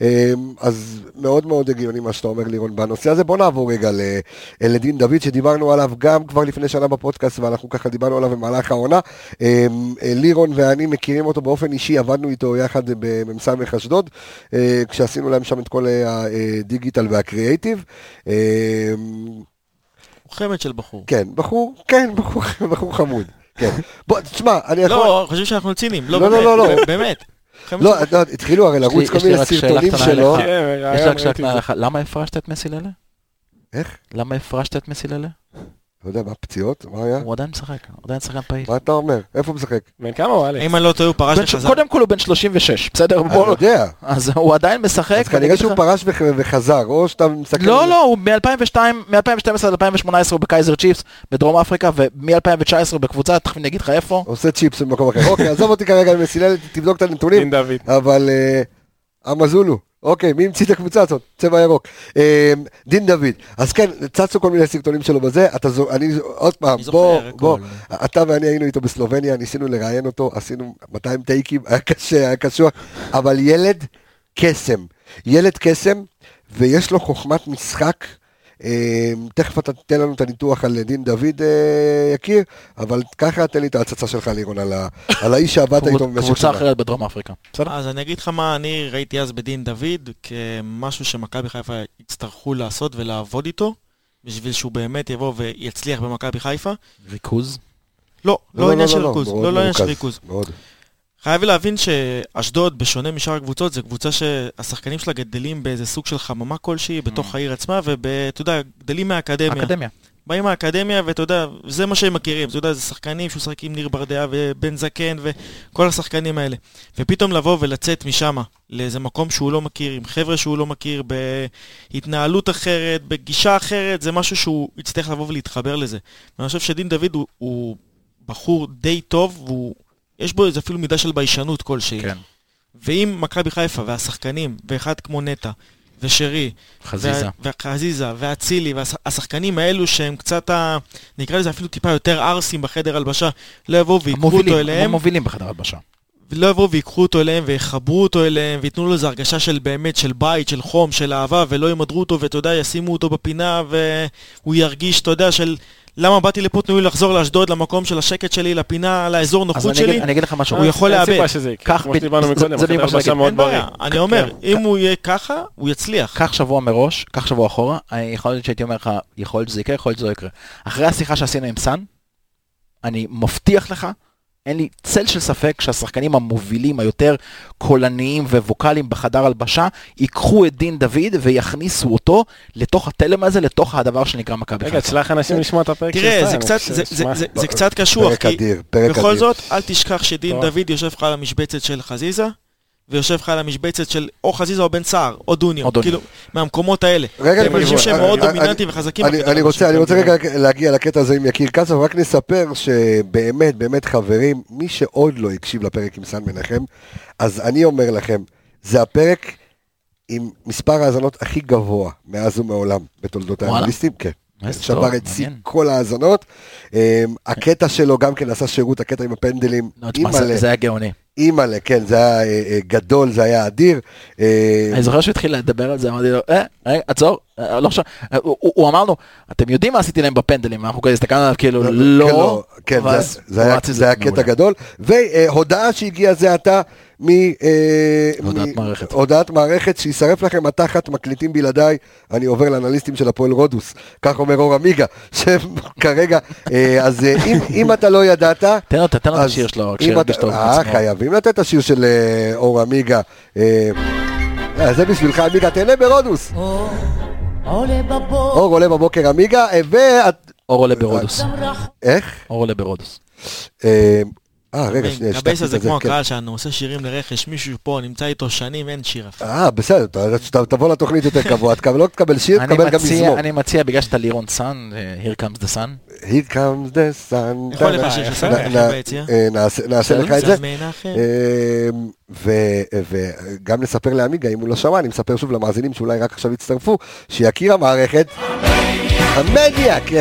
Speaker 1: אז מאוד מאוד הגיוני מה שאתה אומר לירון בנושא הזה. בוא נעבור רגע לדין דוד שדיברנו עליו גם כבר לפני שנה בפודקאסט, ואנחנו ככה דיברנו עליו במהלך העונה. לירון ואני מכירים אותו באופן אישי, עבדנו איתו יחד בממסע אשדוד, כשעשינו להם שם את כל הדיגיטל והקריאייטיב.
Speaker 2: הוא חמד של בחור.
Speaker 1: כן, בחור, כן, בחור, בחור חמוד. כן. בוא, תשמע, אני יכול...
Speaker 2: לא, חושבים שאנחנו צינים.
Speaker 1: לא, לא, לא, לא.
Speaker 2: באמת.
Speaker 1: לא, התחילו הרי לרוץ כל מיני סרטונים שלו.
Speaker 4: יש לך שקנה לך, למה הפרשת את מסיללה?
Speaker 1: איך?
Speaker 4: למה הפרשת את מסיללה?
Speaker 1: לא יודע, מה פציעות? מה היה?
Speaker 4: הוא עדיין משחק, הוא עדיין שחקן פעיל.
Speaker 1: מה אתה אומר? איפה הוא משחק?
Speaker 3: בן כמה הוא אלכס?
Speaker 2: אם אני לא טועה, הוא פרש וחזר.
Speaker 4: קודם כל הוא בן שלושים ושש, בסדר?
Speaker 1: אני יודע.
Speaker 4: אז הוא עדיין משחק.
Speaker 1: אז כנראה שהוא פרש וחזר, או שאתה מסתכל...
Speaker 4: לא, לא, הוא מ-אלפיים ושתיים, מ-אלפיים ושתים עשרה עד אלפיים ושמונה עשרה הוא בקייזר צ'יפס בדרום אפריקה, ומ-אלפיים ותשע עשרה בקבוצה, תכף אני אגיד לך איפה.
Speaker 1: עושה צ'יפס במקום אחר. אוקיי, עזוב אותי כרגע, מסילל, תבדוק את הנתונים. אבל אמזולו. אוקיי, מי המציא את הקבוצה הזאת? צבע ירוק. דין דוד. אז כן, צצו כל מיני סרטונים שלו בזה. אני, עוד פעם, בוא, בוא. אתה ואני היינו איתו בסלובניה, ניסינו לראיין אותו, עשינו מאתיים טייקים, היה קשה, היה קשוח, אבל ילד קסם. ילד קסם, ויש לו חוכמת משחק. תכף אתה תתן לנו את הניתוח על דין דוד יקיר, אבל ככה תן לי את ההצצה שלך לירון על האיש שעבדת איתו במשך שנה.
Speaker 4: קבוצה אחרת בדרום אפריקה.
Speaker 2: אז אני אגיד לך מה אני ראיתי אז בדין דוד כמשהו שמכבי חיפה יצטרכו לעשות ולעבוד איתו בשביל שהוא באמת יבוא ויצליח במכבי חיפה.
Speaker 4: ריכוז?
Speaker 2: לא, לא עניין של ריכוז, לא עניין של ריכוז. חייב להבין שאשדוד, בשונה משאר הקבוצות, זה קבוצה שהשחקנים שלה גדלים באיזה סוג של חממה כלשהי, בתוך העיר עצמה, ואתה יודע, גדלים מהאקדמיה.
Speaker 4: אקדמיה.
Speaker 2: באים מהאקדמיה, ואתה יודע, זה מה שהם מכירים, אתה יודע, זה שחקנים שהוא שחק עם ניר ברדעה ובן זקן וכל השחקנים האלה. ופתאום לבוא ולצאת משם לאיזה מקום שהוא לא מכיר, עם חבר'ה שהוא לא מכיר, בהתנהלות אחרת, בגישה אחרת, זה משהו שהוא יצטרך לבוא ולהתחבר לזה. ואני חושב שדין דוד הוא, הוא בחור די טוב, ויש בו איזה אפילו מידה של ביישנות כלשהי. כן. ואם מכבי חיפה והשחקנים, ואחד כמו נטע, ושרי,
Speaker 4: חזיזה,
Speaker 2: וחזיזה, והצילי, והשחקנים האלו שהם קצת, נקרא לזה אפילו טיפה יותר ארסים בחדר הלבשה, לא יבואו ויקחו אותו אליהם.
Speaker 4: הם מובילים בחדר הלבשה.
Speaker 2: ולא יבואו ויקחו אותו אליהם, ויחברו אותו אליהם, ויתנו לו איזו הרגשה של באמת, של בית, של חום, של אהבה, ולא ימדרו אותו, ואתה יודע, ישימו אותו בפינה, והוא ירגיש, אתה יודע, של למה באתי לפה, תנו לי לחזור לאשדוד, למקום של השקט שלי, לפינה, לאזור נוחות שלי.
Speaker 4: אני אגיד לך משהו.
Speaker 2: הוא יכול לאבד.
Speaker 3: אין סיבה שזה יקרה. כמו שדיברנו מקודם, בחדר הלבשה מאוד בריא.
Speaker 2: אני אומר, אם הוא יהיה ככה, הוא יצליח.
Speaker 4: כך שבוע מראש, כך שבוע אחורה, יכול להיות שהייתי אומר לך, יכול להיות שזה יקרה, יכול להיות שזה לא יקרה. אחרי השיחה שעשינו עם סן, אני מבטיח לך, אין לי צל של ספק שהשחקנים המובילים, היותר קולניים וווקליים בחדר הלבשה, ייקחו את דין דוד ויכניסו אותו לתוך התלם הזה, לתוך הדבר שנקרא מכבי חיפה.
Speaker 3: רגע, תשלח אנשים לשמוע את הפרק של סן.
Speaker 2: תראה, זה קצת קשוח, כי בכל זאת, אל תשכח שדין דוד יושב לך על המשבצת של חזיזה, ויושב לך על המשבצת של או חזיזה או בן סער, או דוניו, כאילו, מהמקומות האלה. הם אנשים שהם מאוד דומיננטיים וחזקים.
Speaker 1: אני רוצה רגע להגיע לקטע הזה עם יקיר קצב, רק נספר שבאמת, באמת חברים, מי שעוד לא הקשיב לפרק עם סן מנחם, אז אני אומר לכם, זה הפרק עם מספר ההאזנות הכי גבוה מאז ומעולם בתולדות האנליסטים, כן. שבר את סי כל ההאזנות. הקטע שלו גם כן עשה שירות, הקטע עם הפנדלים.
Speaker 4: זה היה גאוני.
Speaker 1: אימאלה, כן, זה היה גדול, זה היה אדיר.
Speaker 4: אני זוכר שהוא התחיל לדבר על זה, אמרתי לו, אה, רגע, עצור, לא חושב, הוא אמר לו, אתם יודעים מה עשיתי להם בפנדלים, אנחנו כזה הסתכלנו עליו כאילו, לא,
Speaker 1: כן, זה היה קטע גדול, והודעה שהגיעה זה עתה, מהודעת מערכת שישרף לכם התחת מקליטים בלעדיי, אני עובר לאנליסטים של הפועל רודוס, כך אומר אור עמיגה, שכרגע, אז אם אתה לא ידעת,
Speaker 4: תן לו את השיר שלו,
Speaker 1: חייבים לתת את השיר של אור עמיגה, זה בשבילך עמיגה, תהנה ברודוס, אור עולה בבוקר עמיגה,
Speaker 4: אור עולה ברודוס,
Speaker 1: איך?
Speaker 4: אור עולה ברודוס,
Speaker 1: אה, רגע, שנייה,
Speaker 2: גבייס הזה כמו הקהל שלנו, עושה שירים לרכש, מישהו פה נמצא איתו שנים, אין שיר אפילו.
Speaker 1: אה, בסדר, תבוא לתוכנית יותר קבוע, לא תקבל שיר, תקבל גם מזמור.
Speaker 4: אני מציע, בגלל שאתה לירון סן, Here comes the sun.
Speaker 1: Here comes the sun.
Speaker 2: יכול לך שיר שסן,
Speaker 1: נעשה לך את זה. וגם נספר לעמיגה, אם הוא לא שמע, אני מספר שוב למאזינים שאולי רק עכשיו יצטרפו, שיכיר המערכת, המניאק,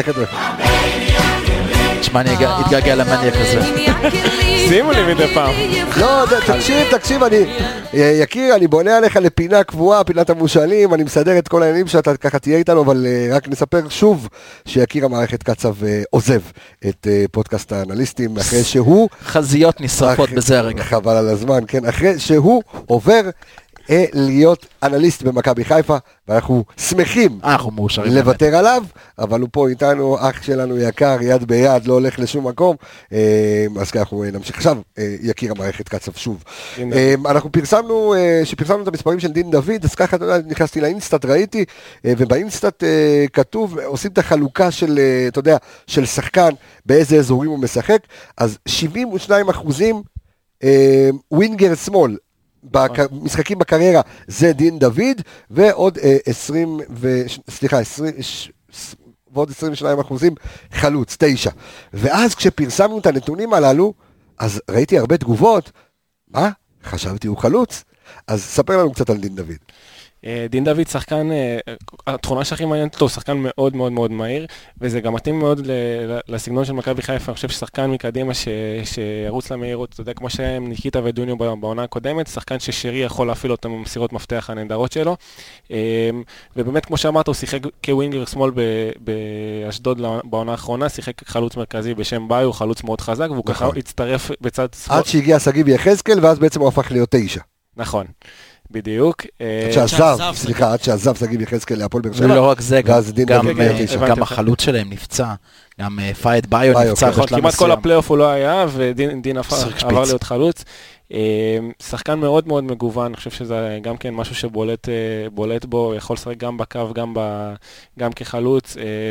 Speaker 4: תשמע, אני אתגעגע למניאק הזה.
Speaker 3: שימו לי מדי פעם.
Speaker 1: לא, תקשיב, תקשיב, אני יקיר, אני בונה עליך לפינה קבועה, פינת המושאלים, אני מסדר את כל העניינים שאתה ככה תהיה איתנו, אבל רק נספר שוב שיקיר המערכת קצב עוזב את פודקאסט האנליסטים, אחרי שהוא...
Speaker 4: חזיות נשרפות בזה הרגע.
Speaker 1: חבל על הזמן, כן, אחרי שהוא עובר... להיות אנליסט במכבי חיפה, ואנחנו שמחים לוותר עליו, אבל הוא פה איתנו, אח שלנו יקר, יד ביד, לא הולך לשום מקום, אז ככה אנחנו נמשיך. עכשיו, יקיר המערכת קצב שוב. אנחנו פרסמנו, שפרסמנו את המספרים של דין דוד, אז ככה נכנסתי לאינסטאט, ראיתי, ובאינסטאט כתוב, עושים את החלוקה של, אתה יודע, של שחקן, באיזה אזורים הוא משחק, אז שבעים ושניים אחוזים ווינגר שמאל, במשחקים בקריירה זה דין דוד, ועוד עשרים סליחה ועוד עשרים ושניים אחוזים חלוץ, תשע. ואז כשפרסמנו את הנתונים הללו, אז ראיתי הרבה תגובות, מה? חשבתי הוא חלוץ? אז ספר לנו קצת על דין דוד.
Speaker 3: דין דוד שחקן, התכונה שהכי מעניינת אותו, הוא שחקן מאוד מאוד מאוד מהיר, וזה גם מתאים מאוד לסגנון של מכבי חיפה. אני חושב ששחקן מקדימה שירוץ למהירות, אתה יודע, כמו שהם ניקיטה ודוניו בעונה הקודמת, שחקן ששרי יכול להפעיל אותם במסירות מפתח הנהדרות שלו, ובאמת כמו שאמרת, הוא שיחק כווינגר שמאל באשדוד בעונה האחרונה, שיחק חלוץ מרכזי בשם ביי, הוא חלוץ מאוד חזק, והוא ככה הצטרף בצד
Speaker 1: עד שהגיע סגיב יחזקאל, ואז בעצם הוא הפך להיות תשע.
Speaker 3: נכון. בדיוק.
Speaker 1: עד שעזב, סליחה, עד שעזב סגיב יחזקאל להפועל באר שבע.
Speaker 4: ולא רק זה, גם החלוץ שלהם נפצע, גם פייד ביו נפצע.
Speaker 3: כמעט כל הפלייאוף הוא לא היה, ודין עבר להיות חלוץ. שחקן מאוד מאוד מגוון, אני חושב שזה גם כן משהו שבולט בו, יכול לשחק גם בקו, גם כחלוץ.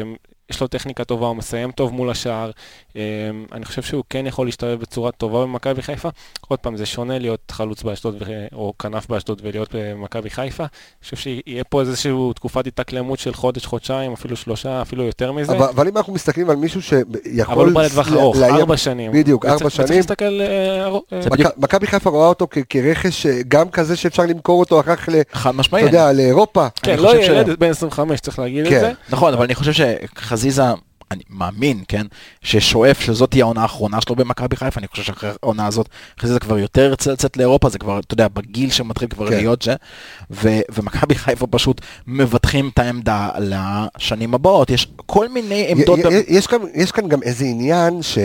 Speaker 3: יש לו טכניקה טובה, הוא מסיים טוב מול השער. אני חושב שהוא כן יכול להשתלב בצורה טובה במכבי חיפה. עוד פעם, זה שונה להיות חלוץ באשדוד או כנף באשדוד ולהיות במכבי חיפה. אני חושב שיהיה פה איזושהי תקופת התאקלמות של חודש, חודשיים, אפילו שלושה, אפילו יותר מזה.
Speaker 1: אבל, אבל אם אנחנו מסתכלים על מישהו שיכול...
Speaker 3: אבל הוא בא לטווח ארוך, ארבע שנים.
Speaker 1: בדיוק, ארבע שנים.
Speaker 3: צריך להסתכל...
Speaker 1: מכבי חיפה רואה אותו כרכש, גם כזה שאפשר למכור אותו אחר כך,
Speaker 4: חד משמעי.
Speaker 1: אתה יודע, לאירופה.
Speaker 3: כן, לא ילד בין עשרים וחמש, צריך להגיד את זה.
Speaker 4: נכון, אבל אני חושב שחזיזה, אני מאמין, כן, ששואף שזאת תהיה העונה האחרונה שלו במכבי חיפה, אני חושב שאחרי העונה הזאת, חזיזה כבר יותר ירצה לצאת לאירופה, זה כבר, אתה יודע, בגיל שמתחיל כבר להיות ש... ומכבי חיפה פשוט מבטחים את העמדה לשנים הבאות, יש כל מיני עמדות...
Speaker 1: יש כאן גם איזה עניין ש...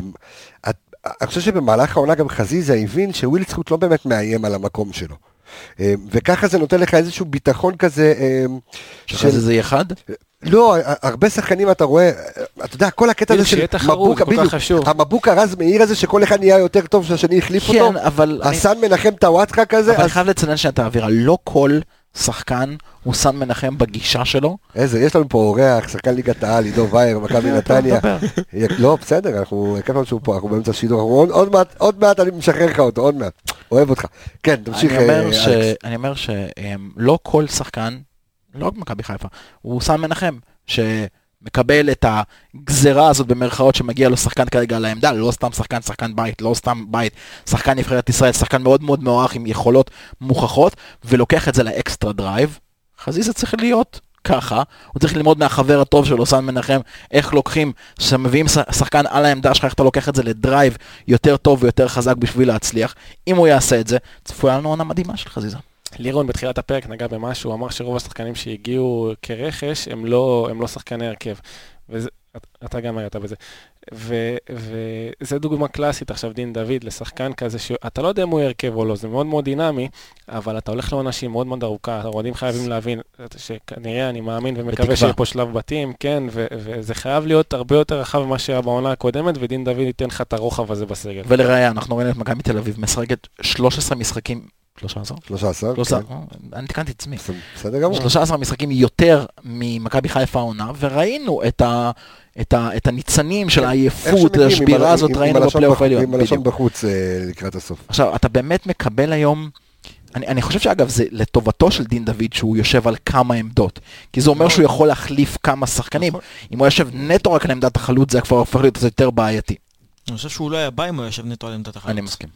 Speaker 1: אני חושב שבמהלך העונה גם חזיזה הבין שווילצחוט לא באמת מאיים על המקום שלו. וככה זה נותן לך איזשהו ביטחון כזה...
Speaker 4: שחזיזה יהיה חד?
Speaker 1: לא, הרבה שחקנים אתה רואה, אתה יודע, כל הקטע הזה של מבוקה, בדיוק, המבוקה רז מאיר הזה שכל אחד נהיה יותר טוב שהשני החליף אותו, הסן מנחם טוואטחה כזה.
Speaker 4: אבל אני חייב לציין שאתה אווירה, לא כל שחקן הוא סן מנחם בגישה שלו.
Speaker 1: איזה, יש לנו פה אורח, שחקן ליגת העל, עידו וייר, מכבי נתניה. לא, בסדר, אנחנו, כיף לנו שהוא פה, אנחנו באמצע שידור, עוד מעט אני משחרר לך אותו, עוד מעט, אוהב אותך. כן, תמשיך.
Speaker 4: אני אומר שלא כל שחקן, לא רק מכבי חיפה, הוא סן מנחם, שמקבל את הגזרה הזאת במרכאות שמגיע לו שחקן כרגע על העמדה, לא סתם שחקן, שחקן בית, לא סתם בית, שחקן נבחרת ישראל, שחקן מאוד מאוד מוערך עם יכולות מוכחות, ולוקח את זה לאקסטרה דרייב. חזיזה צריך להיות ככה, הוא צריך ללמוד מהחבר הטוב שלו, סן מנחם, איך לוקחים, שמביאים שחקן על העמדה שלך, איך אתה לוקח את זה לדרייב יותר טוב ויותר חזק בשביל להצליח. אם הוא יעשה את זה, צפויה לנו עונה מדהימה של חזיזה.
Speaker 3: לירון בתחילת הפרק נגע במשהו, הוא אמר שרוב השחקנים שהגיעו כרכש הם לא, הם לא שחקני הרכב. ואתה גם היית בזה. וזה דוגמה קלאסית, עכשיו דין דוד, לשחקן כזה, שאתה לא יודע אם הוא הרכב או לא, זה מאוד מאוד דינמי, אבל אתה הולך לאנשים מאוד מאוד ארוכה, הרועדים חייבים להבין, שכנראה אני מאמין ומקווה שיהיה פה שלב בתים, כן, וזה חייב להיות הרבה יותר רחב ממה שהיה בעונה הקודמת, ודין דוד ייתן לך את הרוחב הזה בסגל.
Speaker 4: ולראיה, אנחנו רואים את מכבי תל אביב משחקת שלושה עשר משחקים, שלושה עשר?
Speaker 1: שלושה עשר, כן.
Speaker 4: אני תקנתי את עצמי.
Speaker 1: בסדר גמור.
Speaker 4: שלושה עשר משחקים יותר ממכבי חיפה העונה, וראינו את ה... את, ה, את הניצנים של העייפות, השבירה הזאת ראינו בפלייאוף העליון.
Speaker 1: עם הלשון בחוץ לקראת הסוף.
Speaker 4: עכשיו, אתה באמת מקבל היום, אני, אני חושב שאגב זה לטובתו של דין דוד שהוא יושב על כמה עמדות, כי זה אומר שהוא יכול להחליף כמה שחקנים. אם הוא יושב נטו רק על עמדת החלוץ, זה כבר הופך להיות יותר בעייתי.
Speaker 2: אני חושב שהוא לא היה בא אם הוא יושב נטו על עמדת החלוץ.
Speaker 4: אני מסכים.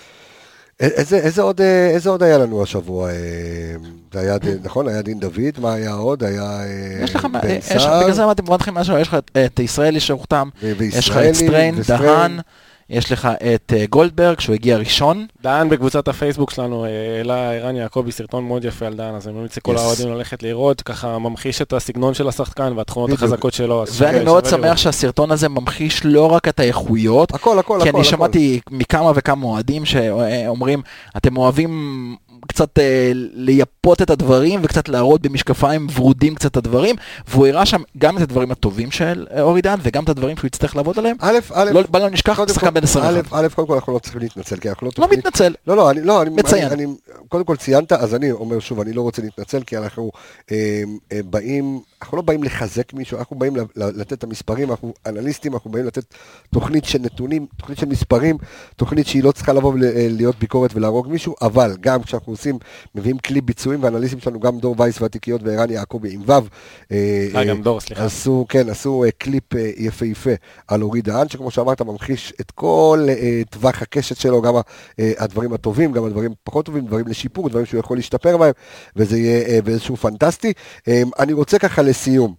Speaker 1: איזה, איזה עוד, איזה עוד היה לנו השבוע? זה היה, נכון? היה דין דוד, מה היה עוד? היה
Speaker 4: יש לך, בגלל זה אמרתי, בואו נתחיל משהו, יש לך את ישראל שרוחתם, יש לך את סטריין, דהן, יש לך את גולדברג, שהוא הגיע ראשון.
Speaker 3: דהן בקבוצת הפייסבוק שלנו, העלה ערן יעקבי סרטון מאוד יפה על דהן, אז אני ממליץ לכל האוהדים ללכת לראות, ככה ממחיש את הסגנון של השחקן והתכונות החזקות שלו.
Speaker 4: ואני מאוד שמח שהסרטון הזה ממחיש לא רק את האיכויות,
Speaker 1: הכל, הכל,
Speaker 4: כי אני שמעתי מכמה וכמה אוהדים שאומרים, אתם אוהבים קצת אה, לייפות את הדברים וקצת להראות במשקפיים ורודים קצת את הדברים, והוא הראה שם גם את הדברים הטובים של אורי דהן וגם את הדברים שהוא יצטרך לעבוד עליהם.
Speaker 1: א', א',
Speaker 4: לא, בא לא נשכח, שחקן בן עשרים ואחת.
Speaker 1: א', א', קודם כל אנחנו לא צריכים להתנצל, כי אנחנו לא
Speaker 4: לא מתנצל.
Speaker 1: לא, לא, אני, לא, אני,
Speaker 4: מציין.
Speaker 1: אני, אני, קודם כל ציינת, אז אני אומר שוב, אני לא רוצה להתנצל, כי אנחנו אה, אה, באים, אנחנו לא באים לחזק מישהו, אנחנו באים לתת את המספרים, אנחנו אנליסטים, אנחנו באים לתת תוכנית של נתונים, תוכנית של מספרים, תוכנית שהיא לא צריכה לבוא להיות ביקורת ולהרוג מישהו, אבל גם כשאנחנו עושים, מביאים כלי ביצועים, ואנליסטים שלנו גם דור וייס והתיקיות וערן יעקבי עם וו.
Speaker 3: אה, גם דור, סליחה.
Speaker 1: עשו, כן, עשו קליפ יפה יפה על אורי דהן, שכמו שאמרת, ממחיש את כל טווח הקשת שלו, גם הדברים הטובים, גם הדברים פחות טובים, דברים לשיפור, דברים שהוא יכול להשתפר בהם, וזה יהיה באיזשהו פנטסטי. אני רוצה ככה לסיום,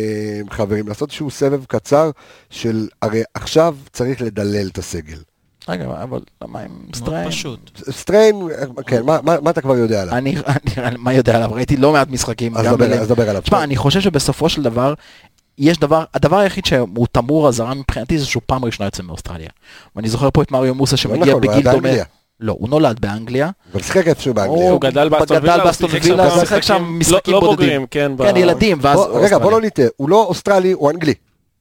Speaker 1: חברים, לעשות איזשהו סבב קצר של, הרי עכשיו צריך לדלל את הסגל.
Speaker 4: רגע, אבל מה עם סטריין?
Speaker 2: פשוט.
Speaker 1: סטריין, כן, מה אתה כבר יודע עליו?
Speaker 4: אני, מה יודע עליו? ראיתי לא מעט משחקים.
Speaker 1: אז דבר עליו.
Speaker 4: תשמע, אני חושב שבסופו של דבר, יש דבר, הדבר היחיד שהוא תמור הזרה מבחינתי, זה שהוא פעם ראשונה יוצא מאוסטרליה. ואני זוכר פה את מריו מוסה שמגיע בגיל דומה. לא, הוא נולד באנגליה.
Speaker 1: אבל שיחק איפשהו באנגליה.
Speaker 3: הוא גדל באסטון וילה,
Speaker 4: הוא שיחק שם משחקים בודדים. כן, ילדים.
Speaker 1: רגע, בוא לא ניתן, הוא לא אוסטרלי, הוא אנגלי.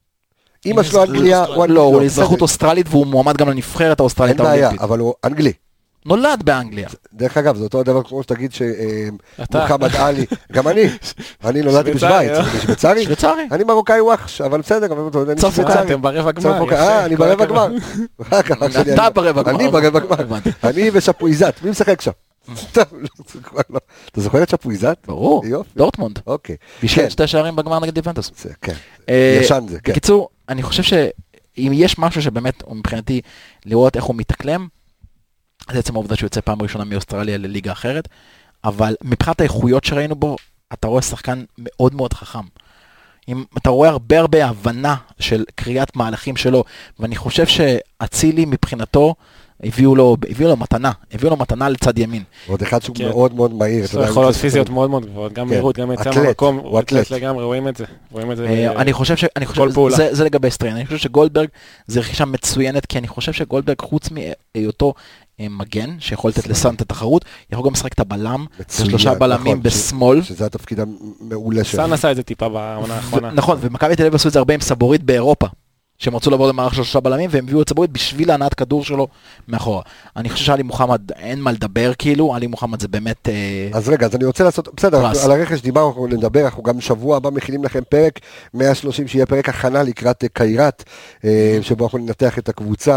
Speaker 1: אמא שלו אנגליה,
Speaker 4: לא, הוא אזרחות אוסטרלית והוא מועמד גם לנבחרת האוסטרלית
Speaker 1: האולימפית. אין בעיה, אבל הוא אנגלי.
Speaker 4: נולד באנגליה.
Speaker 1: דרך אגב, זה אותו הדבר כמו שתגיד שמוחמד עלי, גם אני, אני נולדתי בשוויץ, בשוויצרי,
Speaker 4: שוויצרי.
Speaker 1: אני מרוקאי וואחש, אבל בסדר, אני
Speaker 3: צרפוקאי, אתם ברבע גמר.
Speaker 1: אה, אני ברבע גמר.
Speaker 4: אתה ברבע גמר.
Speaker 1: אני ברבע גמר. אני ושפויזת, מי משחק שם? אתה זוכר את שפויזת?
Speaker 4: ברור, דורטמונד.
Speaker 1: אוקיי.
Speaker 4: בישל שתי שערים בגמר נגד יובנטוס.
Speaker 1: כן, ישן זה, כן.
Speaker 4: בקיצור, אני חושב שאם יש משהו שבאמת, מבחינתי, לראות איך הוא מתאקלם, זה עצם העובדה שהוא יוצא פעם ראשונה מאוסטרליה לליגה אחרת, אבל מבחינת האיכויות שראינו בו, אתה רואה שחקן מאוד מאוד חכם. אם אתה רואה הרבה הרבה הבנה של קריאת מהלכים שלו, ואני חושב שאצילי מבחינתו, הביאו לו, הביאו לו מתנה, הביאו לו מתנה לצד ימין.
Speaker 1: עוד אחד שהוא מאוד מאוד מהיר.
Speaker 3: יש לו יכולות פיזיות מאוד מאוד גבוהות, גם מהירות, גם יצא מהמקום, הוא אתלט לגמרי, רואים את זה.
Speaker 4: אני חושב ש... זה לגבי סטריין, אני חושב שגולדברג זה רכישה מצוינת, כי אני חושב שגולדברג חוץ מהיותו מגן, שיכול לתת לסאנט את התחרות, יכול גם לשחק את הבלם, שלושה בלמים בשמאל.
Speaker 1: שזה התפקיד המעולה שלו.
Speaker 3: סאן עשה את זה טיפה בעונה האחרונה.
Speaker 4: נכון, ומכבי תל אביב עשו את זה הרבה עם סבורית באירופה. שהם רצו לעבור למערך של שלושה בלמים, והם הביאו את סבורית בשביל הנעת כדור שלו מאחורה. אני חושב שעלי מוחמד אין מה לדבר כאילו, עלי מוחמד זה באמת...
Speaker 1: אז רגע, אז אני רוצה לעשות, בסדר, על הרכש דיברנו, אנחנו נדבר, אנחנו גם שבוע הבא מכינים לכם פרק מאה ושלושים, שיהיה פרק הכנה לקראת קיירת, שבו אנחנו ננתח את הקבוצה,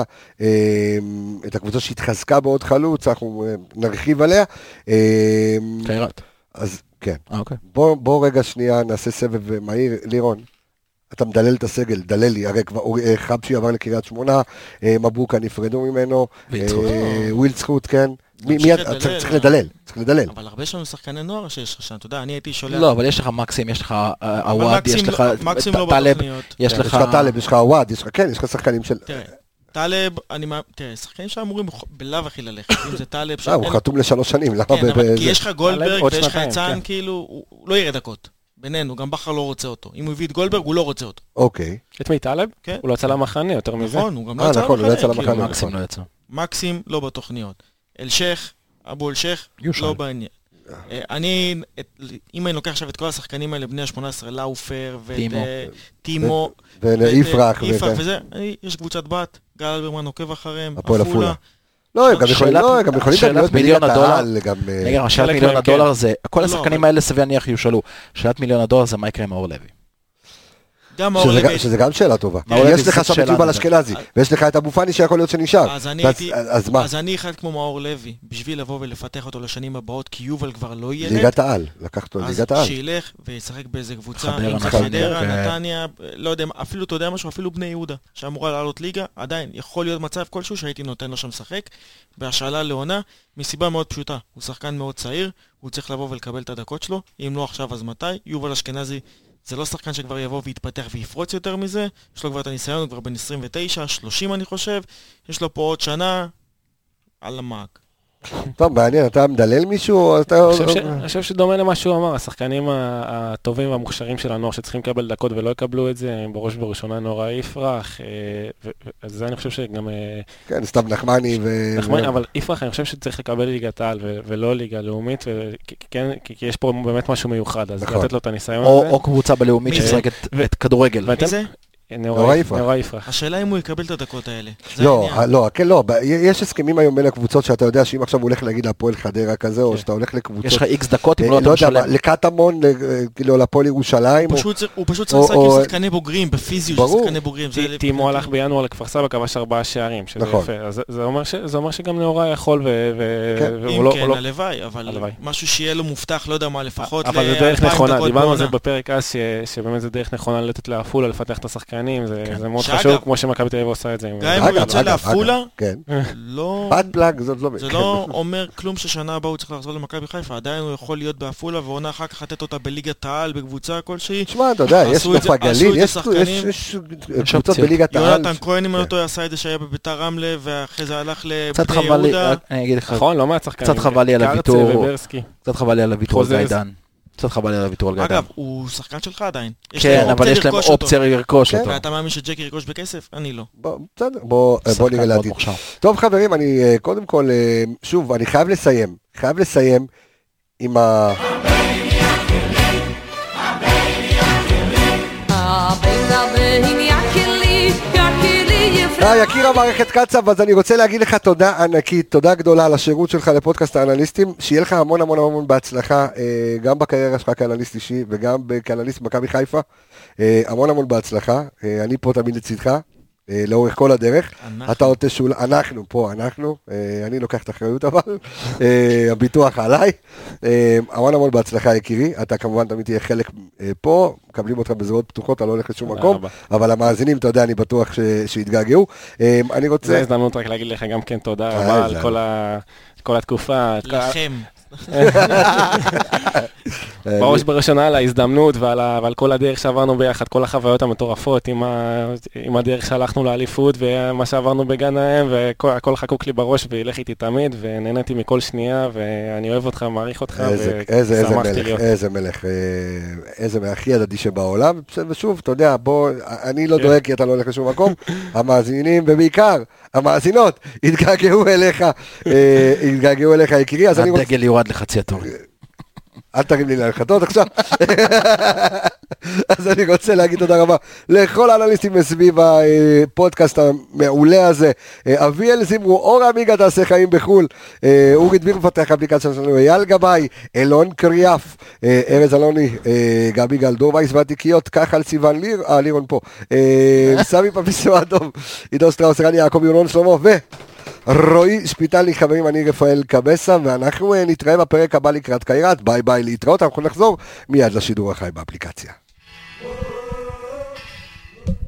Speaker 1: את הקבוצה שהתחזקה בעוד חלוץ, אנחנו נרחיב עליה.
Speaker 4: קיירת.
Speaker 1: אז כן.
Speaker 4: אוקיי.
Speaker 1: בוא רגע שנייה נעשה סבב מהיר, לירון. אתה מדלל את הסגל, דלל לי, הרי כבר חבשי עבר לקריית שמונה, מבוקה נפרדו ממנו, וויל זכות, כן, צריך לדלל, צריך לדלל.
Speaker 2: אבל הרבה שלנו שחקני נוער שיש לך שם, אתה יודע, אני הייתי שולח...
Speaker 4: לא, אבל יש לך מקסים, יש לך הוואד, יש לך טלב, יש לך
Speaker 1: טלב, יש לך הוואד, יש לך, כן, יש לך שחקנים של...
Speaker 2: תראה, טלב, אני מה... תראה, שחקנים שאמורים בלאו הכי ללכת, אם זה טלב...
Speaker 1: אה, הוא חתום לשלוש שנים, למה?
Speaker 2: כן, אבל כי יש לך גולדברג ויש לך הצען, כאילו, הוא לא ירד דקות. בינינו, גם בכר לא רוצה אותו. אם הוא הביא את גולדברג, הוא לא רוצה אותו.
Speaker 1: אוקיי.
Speaker 3: את מי טלב? כן. הוא לא יצא למחנה, יותר מזה.
Speaker 2: נכון, הוא גם לא יצא למחנה.
Speaker 4: מקסים לא יצא.
Speaker 2: מקסים לא בתוכניות. אל-שייח, אבו אל-שייח, לא בעניין. אני, אם אני לוקח עכשיו את כל השחקנים האלה, בני ה-שמונה עשרה, לאופר, וטימו,
Speaker 1: ויפרח,
Speaker 2: וזה, יש קבוצת בת, גל אלברמן עוקב אחריהם,
Speaker 1: אפולה. לא, הם גם יכולים להיות בליגת העל.
Speaker 4: שאלת מיליון הדולר זה, כל השחקנים האלה סביר נניח יושאלו, שאלת מיליון הדולר זה מה יקרה עם מאור לוי.
Speaker 1: שזה גם שאלה טובה. יש לך שם את יובל אשכנזי, ויש לך את אבו פאני שיכול להיות שנשאר.
Speaker 2: אז אני אחד כמו מאור לוי, בשביל לבוא ולפתח אותו לשנים הבאות, כי יובל כבר לא ילד.
Speaker 1: ליגת העל, לקחת אותו ליגת העל.
Speaker 2: אז שילך וישחק באיזה קבוצה, אם זה חדרה, נתניה, לא יודע, אפילו אתה יודע משהו, אפילו בני יהודה, שאמורה לעלות ליגה, עדיין יכול להיות מצב כלשהו שהייתי נותן לו שם לשחק, בהשאלה לעונה, מסיבה מאוד פשוטה. הוא שחקן מאוד צעיר, הוא צריך לבוא ולקבל את הדקות שלו, אם לא עכשיו אז מתי? יובל אשכנזי זה לא שחקן שכבר יבוא ויתפתח ויפרוץ יותר מזה, יש לו כבר את הניסיון, הוא כבר בין עשרים ותשע, שלושים אני חושב, יש לו פה עוד שנה על המאק.
Speaker 1: טוב, מעניין, אתה מדלל מישהו?
Speaker 3: אני חושב שדומה למה שהוא אמר, השחקנים הטובים והמוכשרים של הנוער שצריכים לקבל דקות ולא יקבלו את זה, בראש ובראשונה נורא יפרח, אז זה אני חושב שגם...
Speaker 1: כן, סתם נחמני ו...
Speaker 3: נחמני, אבל יפרח אני חושב שצריך לקבל ליגת העל ולא ליגה לאומית, כי יש פה באמת משהו מיוחד, אז לתת לו את הניסיון הזה.
Speaker 4: או קבוצה בלאומית ששחקת את כדורגל.
Speaker 2: מי זה?
Speaker 3: נורא יפרח.
Speaker 2: השאלה אם הוא יקבל את הדקות האלה.
Speaker 1: לא, לא, כן, לא, יש הסכמים היום בין הקבוצות שאתה יודע שאם עכשיו הוא הולך להגיד להפועל חדרה כזה, או שאתה הולך לקבוצות...
Speaker 4: יש לך איקס דקות אם לא אתה משלם.
Speaker 1: לקטמון, כאילו להפועל ירושלים.
Speaker 2: הוא פשוט צריך לשחק עם שחקני בוגרים, בפיזיות של שחקני בוגרים.
Speaker 3: טימו הלך בינואר לכפר סבא, כבש ארבעה שערים, שזה יפה. אז זה אומר שגם נורא יכול
Speaker 2: אם כן, הלוואי, אבל משהו שיהיה לו מובטח, לא יודע מה, לפחות
Speaker 3: אבל זה דרך נכונה, דיברנו על זה בפרק אז, שבאמת זה דרך נכונה לתת לעפולה, לפתח את השחקנים, זה מאוד חשוב, כמו שמכבי תל אביב עושה את זה.
Speaker 2: גם אם הוא יוצא לעפולה,
Speaker 1: זה
Speaker 2: לא אומר כלום ששנה הבאה הוא צריך לחזור למכבי חיפה, עדיין הוא יכול להיות בעפולה, ועונה אחר כך לתת אותה בליגת העל, בקבוצה כלשהי.
Speaker 1: תשמע, אתה יודע, יש נוף הגליל, יש קבוצות בליגת העל.
Speaker 2: יונתן כהן אם אותו עשה את זה שהיה בביתר רמלה, ואחרי זה הלך לבני יהודה.
Speaker 3: נכון, לא מעט שחקנים.
Speaker 4: קצת חבל לי על הוויתור, קצת חבל לי על הוויתור על גיידן. קצת חבל לי על הוויתור על גיידן.
Speaker 2: אגב, הוא שחקן שלך עדיין.
Speaker 4: כן, אבל יש להם אופציה לרכוש אותו.
Speaker 2: ואתה מאמין שג'קי ירכוש בכסף? אני לא.
Speaker 1: בסדר, בוא נראה לעתיד. טוב חברים, אני קודם כל, שוב, אני חייב לסיים. חייב לסיים עם ה... גיא, יקיר המערכת קצב, אז אני רוצה להגיד לך תודה ענקית, תודה גדולה על השירות שלך לפודקאסט האנליסטים, שיהיה לך המון המון המון בהצלחה, גם בקריירה שלך כאנליסט אישי וגם כאנליסט מכבי חיפה, המון המון בהצלחה, אני פה תמיד לצדך. לאורך כל הדרך, אתה עוד תשול, אנחנו פה, אנחנו, אני לוקח את האחריות אבל, הביטוח עליי, המון המון בהצלחה יקירי, אתה כמובן תמיד תהיה חלק פה, מקבלים אותך בזרועות פתוחות, אתה לא הולך לשום מקום, אבל המאזינים, אתה יודע, אני בטוח שיתגעגעו, אני רוצה...
Speaker 3: זה הזדמנות רק להגיד לך גם כן תודה רבה על כל התקופה.
Speaker 2: לכם.
Speaker 3: בראש בראשונה על ההזדמנות ועל כל הדרך שעברנו ביחד, כל החוויות המטורפות עם הדרך שהלכנו לאליפות ומה שעברנו בגן ההם, והכל חקוק לי בראש וילך איתי תמיד, ונהניתי מכל שנייה, ואני אוהב אותך, מעריך אותך, ושמחתי להיות.
Speaker 1: איזה מלך, איזה מהכי הדדי שבעולם, ושוב, אתה יודע, בוא, אני לא דואג כי אתה לא הולך לשום מקום, המאזינים ובעיקר המאזינות התגעגעו אליך, התגעגעו אליך יקירי, אז אני רוצה...
Speaker 4: הדגל יורד לחצי התור.
Speaker 1: אל תרים לי להלחתות עכשיו. אז אני רוצה להגיד תודה רבה לכל האנליסטים מסביב הפודקאסט המעולה הזה. אביאל זמרו, אור עמיגה תעשה חיים בחול, אורי דביר מפתח אפליקציה שלנו, אייל גבאי, אלון קריאף, ארז אלוני, גבי גלדור וייס והתיקיות, כחל סיוון ליר, אה לירון פה, סמי פפיסו אדום, עידו סטראוס, רני יעקב יונון שלמה ו... רועי שפיטלי, חברים, אני רפאל קבסה, ואנחנו נתראה בפרק הבא לקראת קיירת, ביי ביי להתראות, אנחנו נחזור מיד לשידור החי באפליקציה.